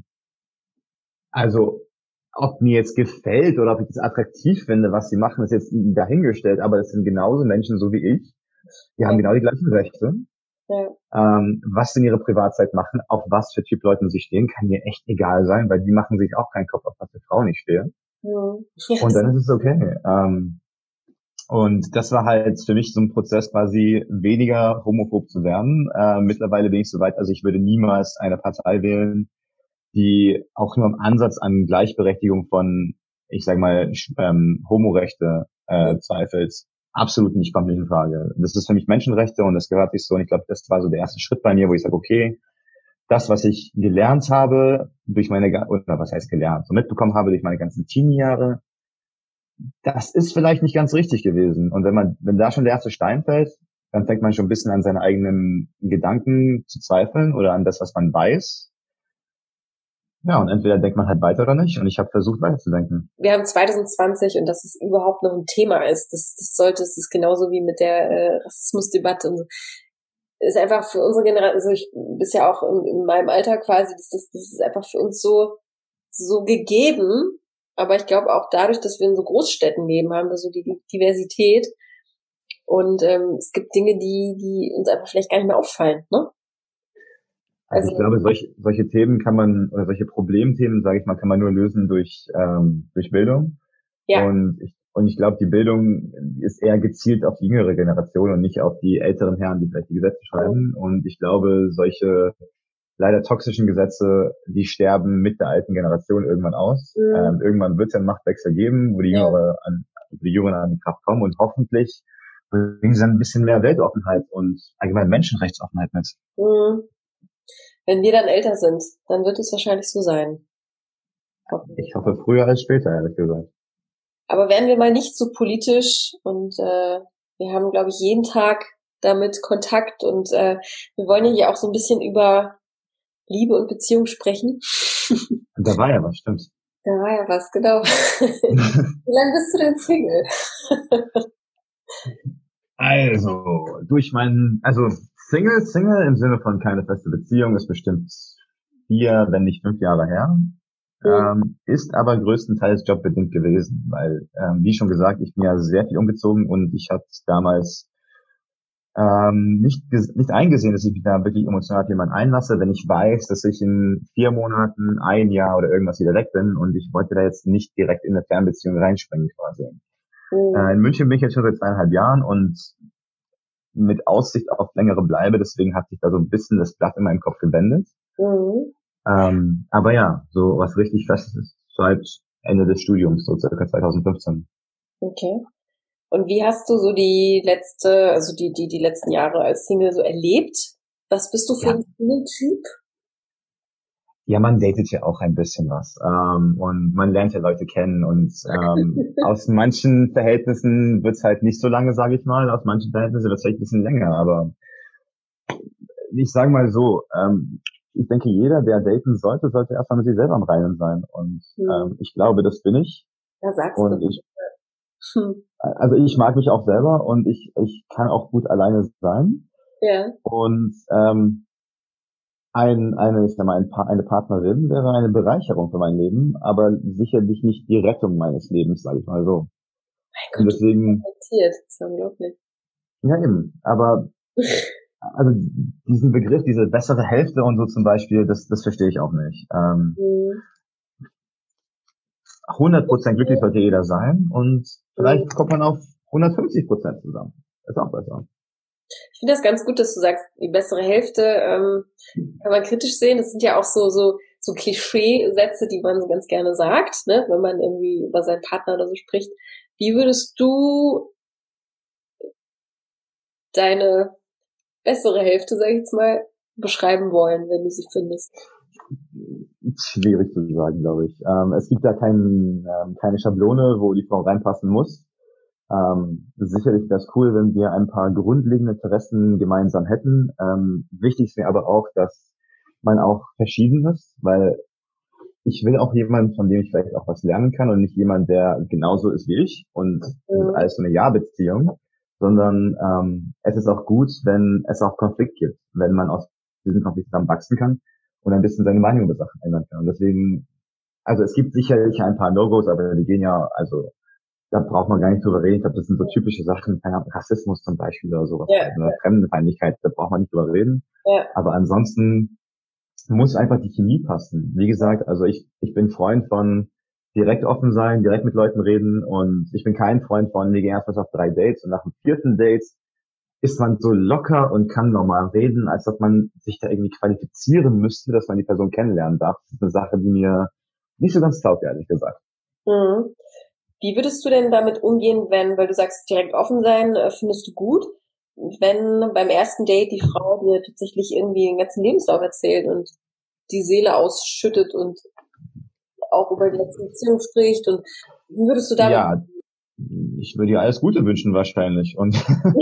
also ob mir jetzt gefällt oder ob ich das attraktiv finde, was sie machen, ist jetzt dahingestellt, aber das sind genauso Menschen so wie ich. Die haben genau die gleichen Rechte. Ja. Was sie in ihrer Privatzeit machen, auf was für Typ Leuten sie stehen, kann mir echt egal sein, weil die machen sich auch keinen Kopf, auf was für Frauen ich stehe. Ja. Und dann ist es okay. Und das war halt für mich so ein Prozess, quasi weniger homophob zu werden. Mittlerweile bin ich so weit, also ich würde niemals eine Partei wählen, die auch nur im Ansatz an Gleichberechtigung von, ich sag mal, Homorechte zweifelt. Absolut nicht, kommt nicht in Frage. Das ist für mich Menschenrechte und das gehört sich so. Und ich glaube, das war so der erste Schritt bei mir, wo ich sage, okay, das, was ich gelernt habe durch oder was heißt gelernt, so mitbekommen habe durch meine ganzen Teenie-Jahre, das ist vielleicht nicht ganz richtig gewesen. Und wenn da schon der erste Stein fällt, dann fängt man schon ein bisschen an seine eigenen Gedanken zu zweifeln oder an das, was man weiß. Ja, und entweder denkt man halt weiter oder nicht. Und ich habe versucht, weiterzudenken. Wir haben 2020 und dass es überhaupt noch ein Thema ist. Das ist genauso wie mit der Rassismusdebatte und so. Ist einfach für unsere Generation, also ich bist ja auch in meinem Alter quasi, das ist einfach für uns so gegeben. Aber ich glaube auch dadurch, dass wir in so Großstädten leben, haben wir so die Diversität. Und es gibt Dinge, die uns einfach vielleicht gar nicht mehr auffallen, ne? Also ich glaube, solche Themen kann man, oder solche Problemthemen, sage ich mal, kann man nur lösen durch Bildung. Ja. Und ich glaube, die Bildung ist eher gezielt auf die jüngere Generation und nicht auf die älteren Herren, die vielleicht die Gesetze schreiben. Und ich glaube, solche leider toxischen Gesetze, die sterben mit der alten Generation irgendwann aus. Irgendwann wird es ja einen Machtwechsel geben, wo die Jüngeren an die Kraft kommen und hoffentlich bringen sie dann ein bisschen mehr Weltoffenheit und allgemein Menschenrechtsoffenheit mit. Wenn wir dann älter sind, dann wird es wahrscheinlich so sein. Ich hoffe früher als später, ehrlich gesagt. Aber werden wir mal nicht so politisch und wir haben, glaube ich, jeden Tag damit Kontakt und wir wollen ja hier auch so ein bisschen über Liebe und Beziehung sprechen. Da war ja was, stimmt. Da war ja was, genau. Wie lange bist du denn Single? Also Single im Sinne von keine feste Beziehung ist bestimmt 4, wenn nicht 5 Jahre her. Ist aber größtenteils jobbedingt gewesen, weil, wie schon gesagt, ich bin ja sehr viel umgezogen und ich hatte damals nicht eingesehen, dass ich mich da wirklich emotional auf jemanden einlasse, wenn ich weiß, dass ich in 4 Monaten, ein Jahr oder irgendwas wieder weg bin und ich wollte da jetzt nicht direkt in eine Fernbeziehung reinspringen quasi. In München bin ich jetzt schon seit 2,5 Jahren und mit Aussicht auf längere Bleibe, deswegen hat sich da so ein bisschen das Blatt in meinem Kopf gewendet. Mhm. Aber ja, so was richtig Festes ist seit Ende des Studiums, so circa 2015. Okay. Und wie hast du so die letzten Jahre als Single so erlebt? Was bist du für Ja. ein Single-Typ? Ja, man datet ja auch ein bisschen was. Und man lernt ja Leute kennen und aus manchen Verhältnissen wird's halt nicht so lange, sage ich mal. Aus manchen Verhältnissen wird's vielleicht ein bisschen länger, aber ich sage mal so, ich denke, jeder, der daten sollte erstmal mit sich selber im Reinen sein. Und ich glaube, das bin ich. Ja, sagst Und du. also ich mag mich auch selber und ich kann auch gut alleine sein. Ja. Und eine Partnerin wäre eine Bereicherung für mein Leben, aber sicherlich nicht die Rettung meines Lebens, sage ich mal so. Mein Und Gott, deswegen, das ist unglaublich. ja eben, aber also diesen Begriff, diese bessere Hälfte und so zum Beispiel, das verstehe ich auch nicht. 100% glücklich sollte jeder sein und vielleicht kommt man auf 150% zusammen. Ist auch besser. Ich finde das ganz gut, dass du sagst, die bessere Hälfte kann man kritisch sehen. Das sind ja auch so Klischee-Sätze, die man so ganz gerne sagt, ne, wenn man irgendwie über seinen Partner oder so spricht. Wie würdest du deine bessere Hälfte, sag ich jetzt mal, beschreiben wollen, wenn du sie findest? Schwierig zu sagen, glaube ich. Es gibt da keine Schablone, wo die Frau reinpassen muss. Sicherlich wäre es cool, wenn wir ein paar grundlegende Interessen gemeinsam hätten. Wichtig ist mir aber auch, dass man auch verschieden ist, weil ich will auch jemanden, von dem ich vielleicht auch was lernen kann und nicht jemand, der genauso ist wie ich und es ist alles so eine Ja-Beziehung, sondern es ist auch gut, wenn es auch Konflikt gibt, wenn man aus diesem Konflikt zusammen wachsen kann und ein bisschen seine Meinung über Sachen ändern kann. Und deswegen, also es gibt sicherlich ein paar No-Gos, aber die gehen ja, also da braucht man gar nicht drüber reden. Ich glaube, das sind so typische Sachen, keine Ahnung, Rassismus zum Beispiel oder sowas, Ja, oder Fremdenfeindlichkeit, da braucht man nicht drüber reden. ja. Aber ansonsten muss einfach die Chemie passen. Wie gesagt, also ich bin Freund von direkt offen sein, direkt mit Leuten reden und ich bin kein Freund von, wir gehen erst mal auf 3 Dates und nach dem 4. Date ist man so locker und kann normal reden, als ob man sich da irgendwie qualifizieren müsste, dass man die Person kennenlernen darf. Das ist eine Sache, die mir nicht so ganz taugt, ehrlich gesagt. Mhm. Wie würdest du denn damit umgehen, weil du sagst, direkt offen sein, findest du gut, wenn beim ersten Date die Frau dir tatsächlich irgendwie den ganzen Lebenslauf erzählt und die Seele ausschüttet und auch über die letzte Beziehung spricht und wie würdest du damit? Ja, ich würde ihr alles Gute wünschen wahrscheinlich und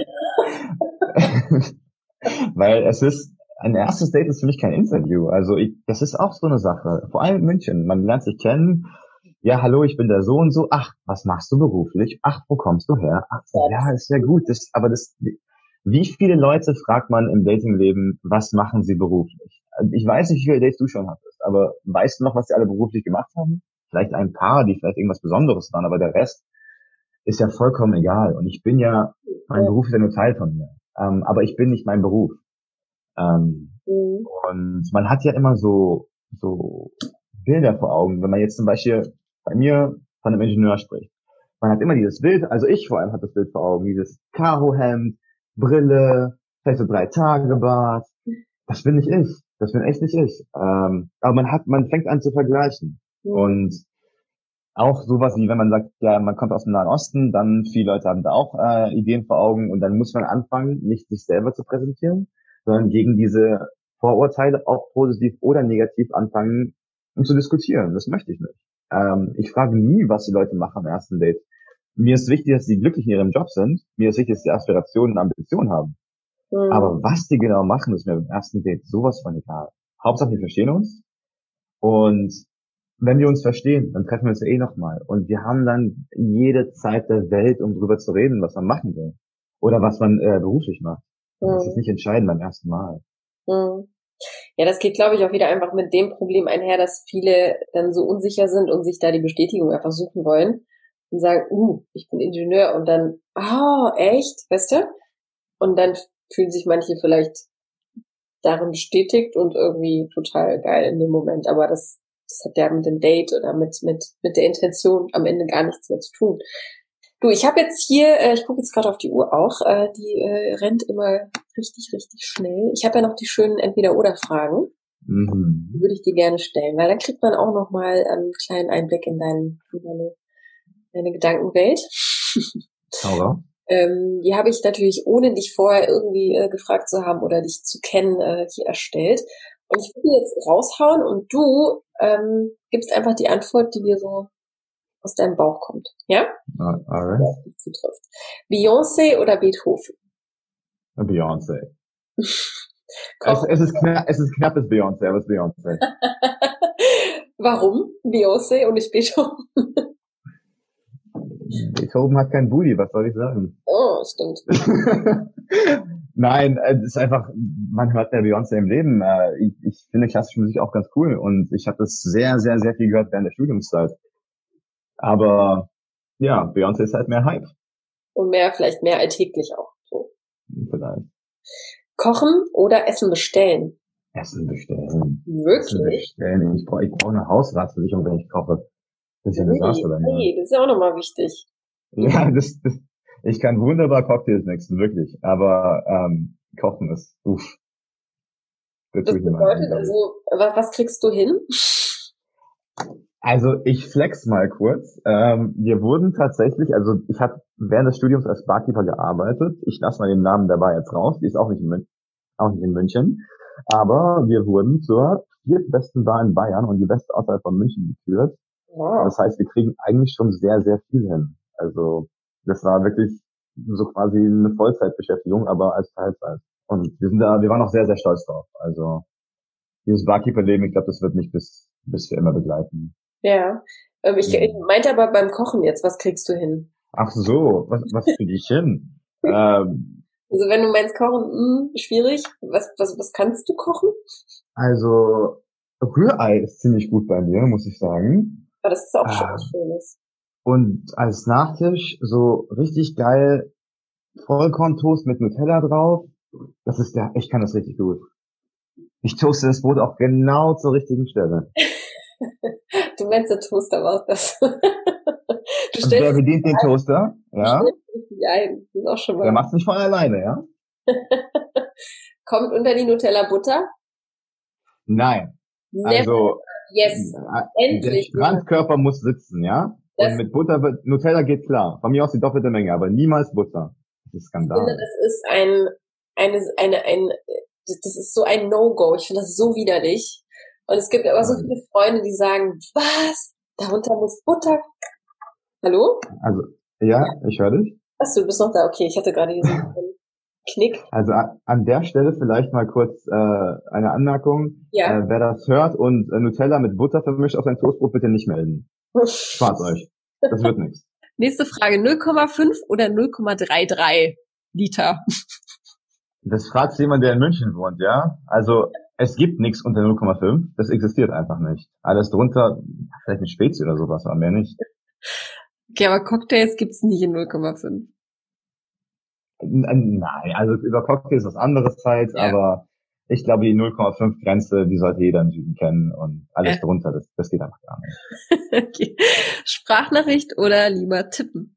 weil ein erstes Date ist für mich kein Interview. Also das ist auch so eine Sache. Vor allem in München. Man lernt sich kennen. Ja, hallo, ich bin der so und so. Ach, was machst du beruflich? Ach, wo kommst du her? Ach, ja, ist ja gut. Wie viele Leute fragt man im Datingleben, was machen sie beruflich? Ich weiß nicht, wie viele Dates du schon hattest, aber weißt du noch, was die alle beruflich gemacht haben? Vielleicht ein paar, die vielleicht irgendwas Besonderes waren, aber der Rest ist ja vollkommen egal. Und mein Beruf ist ja nur Teil von mir. Aber ich bin nicht mein Beruf. Und man hat ja immer so Bilder vor Augen, wenn man jetzt zum Beispiel bei mir von einem Ingenieur spricht. Man hat immer dieses Bild, also ich vor allem hatte das Bild vor Augen, dieses Karohemd, Brille, vielleicht so 3-Tage-Bart. Das bin nicht ich. Das bin echt nicht ich. Aber man fängt an zu vergleichen. Und auch sowas wie, wenn man sagt, ja, man kommt aus dem Nahen Osten, dann viele Leute haben da auch Ideen vor Augen und dann muss man anfangen, nicht sich selber zu präsentieren, sondern gegen diese Vorurteile auch positiv oder negativ anfangen um zu diskutieren. Das möchte ich nicht. Ich frage nie, was die Leute machen am ersten Date. Mir ist wichtig, dass sie glücklich in ihrem Job sind. Mir ist wichtig, dass sie Aspirationen und Ambitionen haben. Aber was die genau machen, ist mir beim ersten Date sowas von egal. Hauptsache, wir verstehen uns. Und wenn wir uns verstehen, dann treffen wir uns ja eh nochmal. Und wir haben dann jede Zeit der Welt, um drüber zu reden, was man machen will. Oder was man beruflich macht. Das ist nicht entscheidend beim ersten Mal. Ja, das geht, glaube ich, auch wieder einfach mit dem Problem einher, dass viele dann so unsicher sind und sich da die Bestätigung einfach suchen wollen und sagen, ich bin Ingenieur und dann, echt, weißt du? Und dann fühlen sich manche vielleicht darin bestätigt und irgendwie total geil in dem Moment. Aber das hat ja mit dem Date oder mit der Intention am Ende gar nichts mehr zu tun. Du, ich habe jetzt hier, ich gucke jetzt gerade auf die Uhr auch, die rennt immer richtig, richtig schnell. Ich habe ja noch die schönen Entweder-oder-Fragen. Mhm. Die würde ich dir gerne stellen, weil dann kriegt man auch noch mal einen kleinen Einblick in deine Gedankenwelt. Aber Die habe ich natürlich, ohne dich vorher irgendwie gefragt zu haben oder dich zu kennen, hier erstellt. Und ich würde jetzt raushauen und du gibst einfach die Antwort, die dir so aus deinem Bauch kommt. Ja? alright. Ja, die zutrifft. Beyoncé oder Beethoven? Beyoncé. Es ist knappes Beyoncé, aber es ist Beyoncé. Warum Beyoncé und nicht Beethoven? Beethoven hat kein Booty, was soll ich sagen? Oh, stimmt. Nein, es ist einfach, man hört der Beyoncé im Leben. Ich finde klassische Musik auch ganz cool und ich habe das sehr, sehr, sehr viel gehört während der Studiumszeit. Aber ja, Beyoncé ist halt mehr Hype. Und vielleicht mehr alltäglich auch. So. Vielleicht. Kochen oder Essen bestellen? Essen bestellen. Wirklich? Essen bestellen. Ich brauche eine Hausratsversicherung, wenn ich koche. Das ist ja eine Sache bei mir. Nee, das ist ja auch nochmal wichtig. Ja, ich kann wunderbar Cocktails mixen, wirklich. Aber Kochen ist, Das bedeutet also, was kriegst du hin? Also ich flex mal kurz. Wir wurden tatsächlich, also ich habe während des Studiums als Barkeeper gearbeitet. Ich lasse mal den Namen der Bar jetzt raus. Die ist auch nicht in München. Aber wir wurden zur viertbesten Bar in Bayern und die beste außerhalb von München geführt. Wow. Das heißt, wir kriegen eigentlich schon sehr, sehr viel hin. Also das war wirklich so quasi eine Vollzeitbeschäftigung, aber als Teilzeit. Und wir waren auch sehr, sehr stolz drauf. Also dieses Barkeeper-Leben, ich glaube, das wird mich bis für immer begleiten. Ja. Ich meinte aber beim Kochen jetzt, was kriegst du hin? Ach so, was kriege ich hin? Also wenn du meinst Kochen, schwierig. Was kannst du kochen? Also Rührei ist ziemlich gut bei mir, muss ich sagen. Aber das ist auch schon was Schönes. Und als Nachtisch so richtig geil Vollkorntoast mit Nutella drauf. Ich kann das richtig gut. Ich toaste das Brot auch genau zur richtigen Stelle. Du meinst der Toaster war das. Wer bedient den Toaster? Ja. Ja, das ist auch schon mal. Der macht's nicht von alleine, ja? Kommt unter die Nutella Butter? Nein. Never. Also, yes. Endlich. Der Strandkörper muss sitzen, ja? Und mit Butter, Nutella geht klar. Von mir aus die doppelte Menge, aber niemals Butter. Das ist Skandal. Ich finde, das ist so ein No-Go. Ich finde das so widerlich. Und es gibt aber so viele Freunde, die sagen, was? Darunter muss Butter. Hallo? Also, ja, ich höre dich. Achso, du bist noch da. Okay, ich hatte gerade diesen Knick. Also an der Stelle vielleicht mal kurz eine Anmerkung. Ja. Wer das hört und Nutella mit Butter vermischt auf sein Toastbrot, bitte nicht melden. Spart euch. Das wird nichts. Nächste Frage. 0,5 oder 0,33 Liter? Das fragt jemand, der in München wohnt, ja? Also es gibt nichts unter 0,5. Das existiert einfach nicht. Alles drunter, vielleicht eine Spezi oder sowas, aber mehr nicht. Okay, aber Cocktails gibt's nicht in 0,5. Nein, also über Cocktails was anderes halt, ja. Aber ich glaube, die 0,5 Grenze, die sollte jeder im Süden kennen und alles drunter, das geht einfach gar nicht. Okay. Sprachnachricht oder lieber tippen?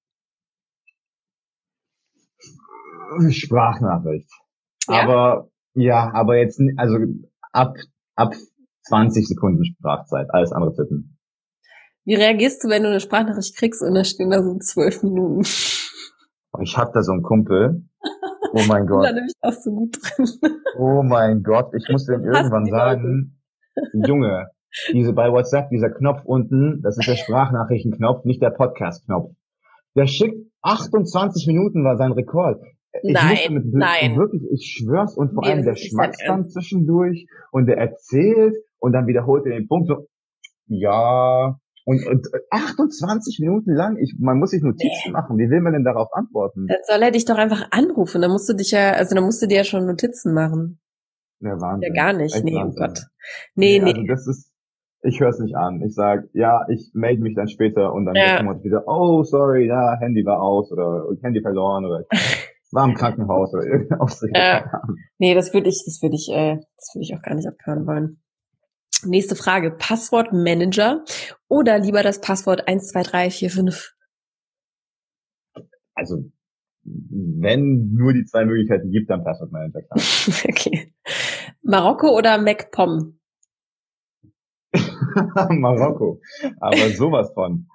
Sprachnachricht. Ja? Aber jetzt, also ab 20 Sekunden Sprachzeit, alles andere tippen. Wie reagierst du, wenn du eine Sprachnachricht kriegst und da stehen da so 12 Minuten? Ich hab da so einen Kumpel. Oh mein Gott. Da bin ich auch so gut drin. Oh mein Gott, ich musste ihm irgendwann sagen, Junge, bei WhatsApp, dieser Knopf unten, das ist der Sprachnachrichtenknopf, nicht der Podcast-Knopf. Der schickt 28 Minuten war sein Rekord. Nein. Wirklich, ich schwör's, und vor allem der schmatzt dann zwischendurch und der erzählt und dann wiederholt er den Punkt so, ja, und 28 Minuten lang, man muss sich Notizen machen. Wie will man denn darauf antworten? Dann soll er dich doch einfach anrufen. Dann musst du dir ja schon Notizen machen. Ja, Wahnsinn. Ja, gar nicht. Echt nee, Wahnsinn. Oh Gott. Nee. Also ich höre es nicht an. Ich sag, ja, ich melde mich dann später und dann kommt wieder, oh, sorry, ja, Handy war aus oder Handy verloren oder war im Krankenhaus oder irgendeine Ausrede. Nee, das würde ich auch gar nicht abhören wollen. Nächste Frage. Passwortmanager oder lieber das Passwort 12345? Also, wenn nur die zwei Möglichkeiten gibt, dann Passwortmanager, klar. Okay. Marokko oder MacPom? Marokko. Aber sowas von.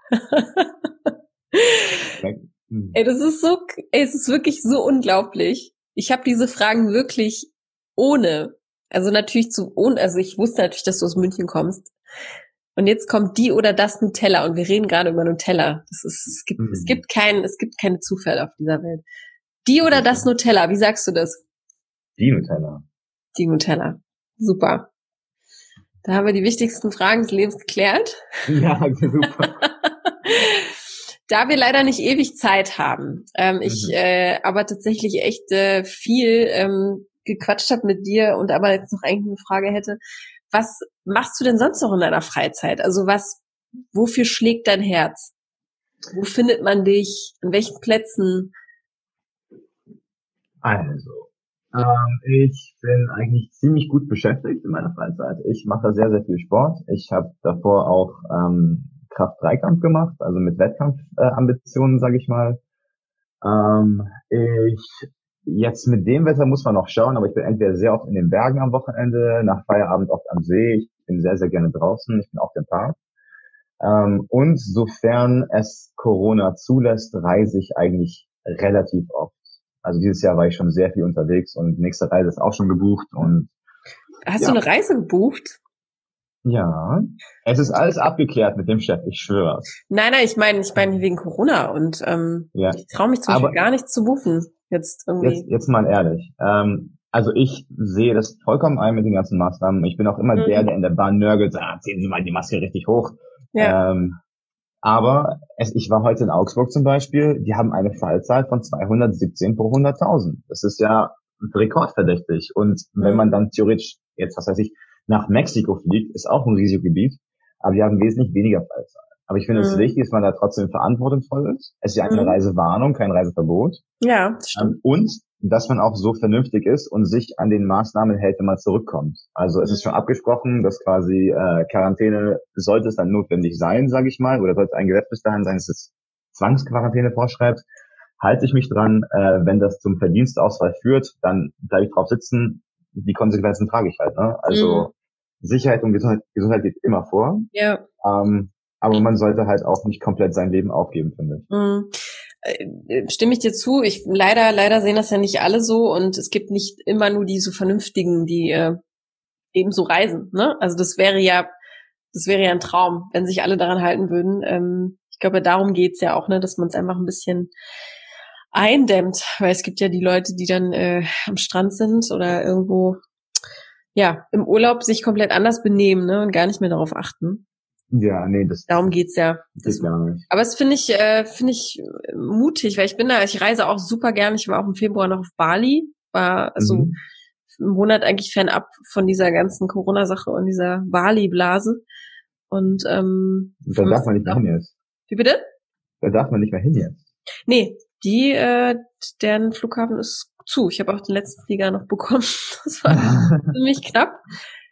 Es ist wirklich so unglaublich. Ich habe diese Fragen wirklich also ich wusste natürlich, dass du aus München kommst. Und jetzt kommt die oder das Nutella und wir reden gerade über Nutella. Es gibt keine Zufälle auf dieser Welt. Die oder das Nutella, wie sagst du das? Die Nutella. Die Nutella. Super. Da haben wir die wichtigsten Fragen des Lebens geklärt. Ja, super. Da wir leider nicht ewig Zeit haben, aber tatsächlich echt viel gequatscht habe mit dir und aber jetzt noch eigentlich eine Frage hätte, was machst du denn sonst noch in deiner Freizeit? Also wofür schlägt dein Herz? Wo findet man dich? An welchen Plätzen? Also, ich bin eigentlich ziemlich gut beschäftigt in meiner Freizeit. Ich mache da sehr, sehr viel Sport. Ich habe davor auch Kraft-3-Kampf gemacht, also mit Wettkampfambitionen, sage ich mal. Jetzt mit dem Wetter muss man noch schauen, aber ich bin entweder sehr oft in den Bergen am Wochenende, nach Feierabend oft am See. Ich bin sehr, sehr gerne draußen. Ich bin auf dem Park. Und sofern es Corona zulässt, reise ich eigentlich relativ oft. Also dieses Jahr war ich schon sehr viel unterwegs und nächste Reise ist auch schon gebucht und Hast du eine Reise gebucht? Ja, es ist alles abgeklärt mit dem Chef, ich schwöre. Nein, ich meine wegen Corona und ich traue mich zum Beispiel gar nicht zu buchen. Jetzt mal ehrlich. Also ich sehe das vollkommen ein mit den ganzen Maßnahmen. Ich bin auch immer der in der Bahn nörgelt, ziehen Sie mal die Maske richtig hoch. Ja. Aber ich war heute in Augsburg zum Beispiel, die haben eine Fallzahl von 217 pro 100.000. Das ist ja rekordverdächtig. Und wenn man dann theoretisch, nach Mexiko fliegt, ist auch ein Risikogebiet, aber die haben wesentlich weniger Fallzahlen. Aber ich finde es wichtig, dass man da trotzdem verantwortungsvoll ist. Es ist ja eine Reisewarnung, kein Reiseverbot. Ja, das stimmt. Und dass man auch so vernünftig ist und sich an den Maßnahmen hält, wenn man zurückkommt. Also es ist schon abgesprochen, dass quasi Quarantäne, sollte es dann notwendig sein, sage ich mal, oder sollte ein Gesetz bis dahin sein, dass es Zwangsquarantäne vorschreibt, halte ich mich dran. Wenn das zum Verdienstausfall führt, dann bleibe ich drauf sitzen. Die Konsequenzen trage ich halt. Ne? Also Sicherheit und Gesundheit geht immer vor. Ja. Aber man sollte halt auch nicht komplett sein Leben aufgeben, finde ich. Stimme ich dir zu. Leider sehen das ja nicht alle so und es gibt nicht immer nur die so Vernünftigen, die eben so reisen. Ne? Also das wäre ja ein Traum, wenn sich alle daran halten würden. Ich glaube, darum geht's ja auch, ne, dass man es einfach ein bisschen eindämmt, weil es gibt ja die Leute, die dann am Strand sind oder irgendwo im Urlaub sich komplett anders benehmen, ne, und gar nicht mehr darauf achten. Ja, nee, darum geht's ja. Das gar nicht. Aber es finde ich mutig, weil ich reise auch super gern. Ich war auch im Februar noch auf Bali, war also einen Monat eigentlich fernab von dieser ganzen Corona-Sache und dieser Bali-Blase. Und da darf man nicht mehr hin jetzt. Wie bitte? Da darf man nicht mehr hin jetzt. Nee, deren Flughafen ist zu. Ich habe auch den letzten Flieger noch bekommen. Das war ziemlich knapp.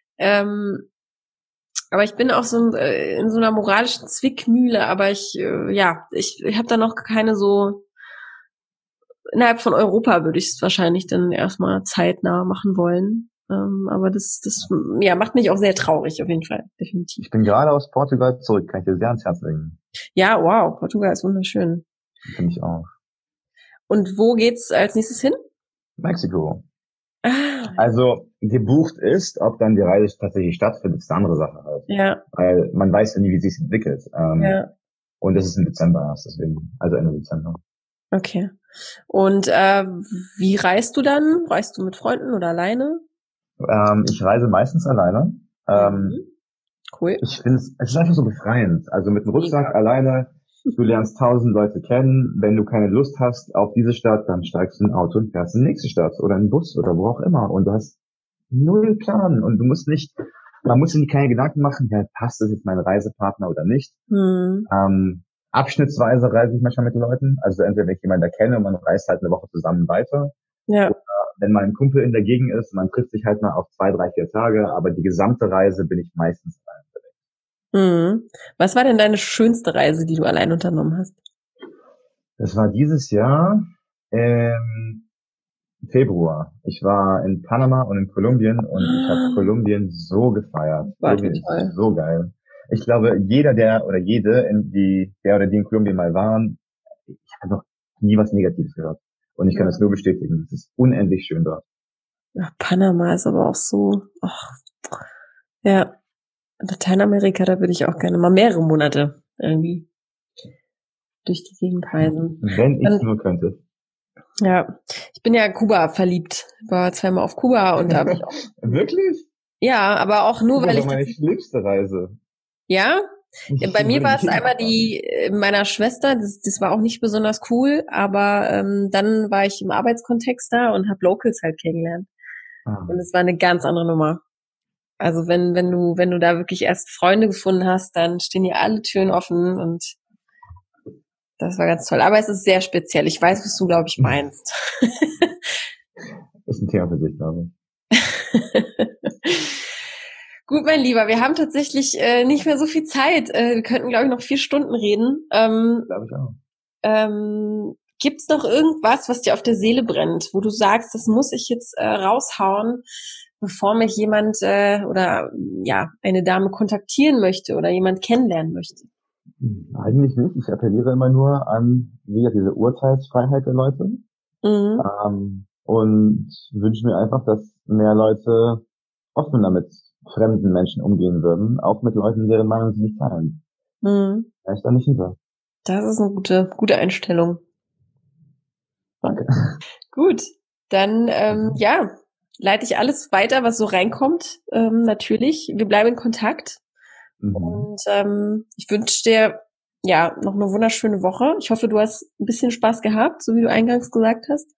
Aber ich bin auch so in so einer moralischen Zwickmühle, aber ich habe da noch keine so, innerhalb von Europa würde ich es wahrscheinlich dann erstmal zeitnah machen wollen. Aber das macht mich auch sehr traurig, auf jeden Fall, definitiv. Ich bin gerade aus Portugal zurück, kann ich dir sehr ans Herz legen. Ja, wow, Portugal ist wunderschön. Finde ich auch. Und wo geht's als nächstes hin? Mexiko. Also gebucht ist, ob dann die Reise tatsächlich stattfindet, ist eine andere Sache halt. Ja. Weil man weiß ja nie, wie sich entwickelt. Und das ist im Dezember erst, deswegen, also Ende Dezember. Okay. Und wie reist du dann? Reist du mit Freunden oder alleine? Ich reise meistens alleine. Cool. Ich finde es ist einfach so befreiend. Also mit dem Rucksack alleine, du lernst 1000 Leute kennen. Wenn du keine Lust hast auf diese Stadt, dann steigst du in ein Auto und fährst in die nächste Stadt oder in einen Bus oder wo auch immer. Und du hast null Plan. Und man muss sich keine Gedanken machen, ja, passt das jetzt mein Reisepartner oder nicht. abschnittsweise reise ich manchmal mit Leuten. Also entweder wenn ich jemanden da kenne und man reist halt eine Woche zusammen weiter. Ja. Oder wenn mal ein Kumpel in der Gegend ist, man trifft sich halt mal auf 2, 3, 4 Tage, aber die gesamte Reise bin ich meistens allein. Was war denn deine schönste Reise, die du allein unternommen hast? Das war dieses Jahr Februar. Ich war in Panama und in Kolumbien und ich habe Kolumbien so gefeiert. Kolumbien ist so geil. Ich glaube, jeder, der oder jede, der oder die in Kolumbien mal waren, ich habe noch nie was Negatives gehört. Und ich kann das nur bestätigen. Es ist unendlich schön dort. Ja, Panama ist aber auch so, ja, Lateinamerika, da würde ich auch gerne mal mehrere Monate irgendwie durch die Gegend reisen. Wenn ich nur könnte. Ja, ich bin ja Kuba verliebt. War zweimal auf Kuba und da habe ich auch. Wirklich? Ja, aber auch nur, Kuba weil war meine schlimmste Reise. Ja? Bei mir war es einmal die meiner Schwester, das war auch nicht besonders cool, aber dann war ich im Arbeitskontext da und habe Locals halt kennengelernt. Und es war eine ganz andere Nummer. Also wenn du da wirklich erst Freunde gefunden hast, dann stehen dir alle Türen offen und das war ganz toll. Aber es ist sehr speziell. Ich weiß, was du, glaube ich, meinst. Ist ein Thema für sich, glaube ich. Gut, mein Lieber, wir haben tatsächlich nicht mehr so viel Zeit. Wir könnten, glaube ich, noch 4 Stunden reden. Glaube ich auch. Gibt's noch irgendwas, was dir auf der Seele brennt, wo du sagst, das muss ich jetzt raushauen, bevor mich jemand oder ja eine Dame kontaktieren möchte oder jemand kennenlernen möchte? Eigentlich nicht. Ich appelliere immer nur an diese Urteilsfreiheit der Leute und wünsche mir einfach, dass mehr Leute offener mit fremden Menschen umgehen würden, auch mit Leuten, deren Meinung sie nicht teilen. Da ist da nicht hinter. Das ist eine gute Einstellung. Danke. Gut, dann ja, leite ich alles weiter, was so reinkommt. Natürlich, wir bleiben in Kontakt. Und ich wünsche dir ja noch eine wunderschöne Woche. Ich hoffe, du hast ein bisschen Spaß gehabt, so wie du eingangs gesagt hast.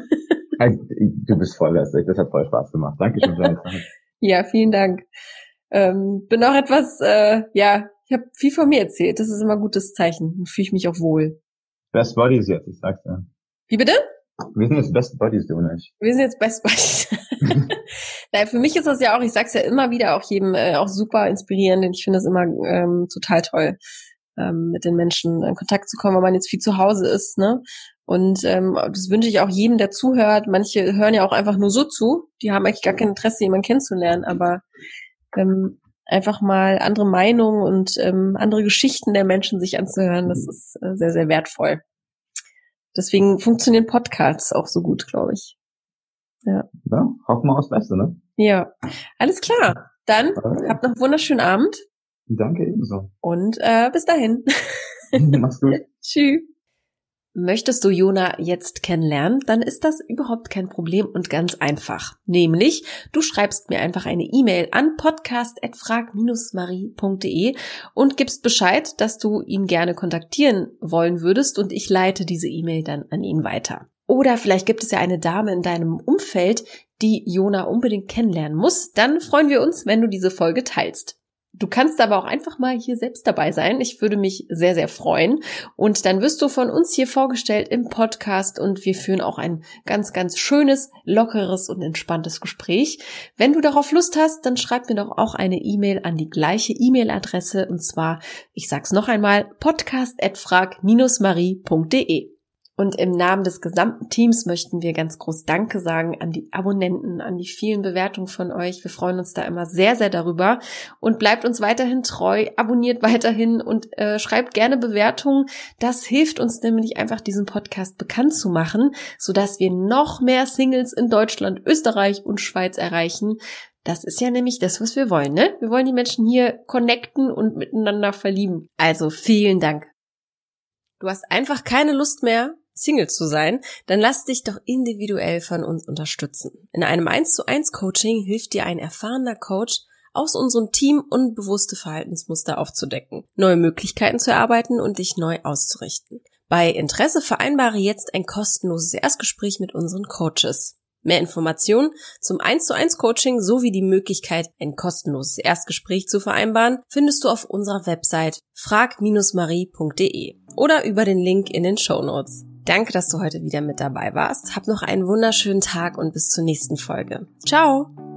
Du bist voll lässig, das hat voll Spaß gemacht. Dankeschön für deine Zeit. Ja, vielen Dank. Bin auch etwas, ich habe viel von mir erzählt. Das ist immer ein gutes Zeichen. Dann fühle ich mich auch wohl. Best Buddies jetzt, ich sag's dir. Wie bitte? Wir sind jetzt Best Buddies, du und ich. Wir sind jetzt Best Buddies. Nein, für mich ist das ja auch, ich sag's ja immer wieder, auch jedem auch super inspirierend. Denn ich finde es immer total toll, mit den Menschen in Kontakt zu kommen, weil man jetzt viel zu Hause ist, ne? Und das wünsche ich auch jedem, der zuhört. Manche hören ja auch einfach nur so zu. Die haben eigentlich gar kein Interesse, jemanden kennenzulernen. Aber einfach mal andere Meinungen und andere Geschichten der Menschen sich anzuhören, das ist sehr, sehr wertvoll. Deswegen funktionieren Podcasts auch so gut, glaube ich. Ja, hoffen wir aufs Beste, ne? Ja, alles klar. Dann habt noch einen wunderschönen Abend. Danke ebenso. Und bis dahin. Mach's gut. Tschüss. Möchtest du Jona jetzt kennenlernen, dann ist das überhaupt kein Problem und ganz einfach. Nämlich, du schreibst mir einfach eine E-Mail an podcast@frag-marie.de und gibst Bescheid, dass du ihn gerne kontaktieren wollen würdest und ich leite diese E-Mail dann an ihn weiter. Oder vielleicht gibt es ja eine Dame in deinem Umfeld, die Jona unbedingt kennenlernen muss. Dann freuen wir uns, wenn du diese Folge teilst. Du kannst aber auch einfach mal hier selbst dabei sein. Ich würde mich sehr, sehr freuen. Und dann wirst du von uns hier vorgestellt im Podcast und wir führen auch ein ganz, ganz schönes, lockeres und entspanntes Gespräch. Wenn du darauf Lust hast, dann schreib mir doch auch eine E-Mail an die gleiche E-Mail-Adresse und zwar, ich sag's noch einmal, podcast@frag-marie.de. Und im Namen des gesamten Teams möchten wir ganz groß Danke sagen an die Abonnenten, an die vielen Bewertungen von euch. Wir freuen uns da immer sehr, sehr darüber. Und bleibt uns weiterhin treu, abonniert weiterhin und schreibt gerne Bewertungen. Das hilft uns nämlich einfach, diesen Podcast bekannt zu machen, sodass wir noch mehr Singles in Deutschland, Österreich und Schweiz erreichen. Das ist ja nämlich das, was wir wollen, ne? Wir wollen die Menschen hier connecten und miteinander verlieben. Also vielen Dank. Du hast einfach keine Lust mehr, Single zu sein, dann lass dich doch individuell von uns unterstützen. In einem 1:1 Coaching hilft dir ein erfahrener Coach aus unserem Team, unbewusste Verhaltensmuster aufzudecken, neue Möglichkeiten zu erarbeiten und dich neu auszurichten. Bei Interesse vereinbare jetzt ein kostenloses Erstgespräch mit unseren Coaches. Mehr Informationen zum 1:1 Coaching sowie die Möglichkeit, ein kostenloses Erstgespräch zu vereinbaren, findest du auf unserer Website frag-marie.de. oder über den Link in den Shownotes. Danke, dass du heute wieder mit dabei warst. Hab noch einen wunderschönen Tag und bis zur nächsten Folge. Ciao!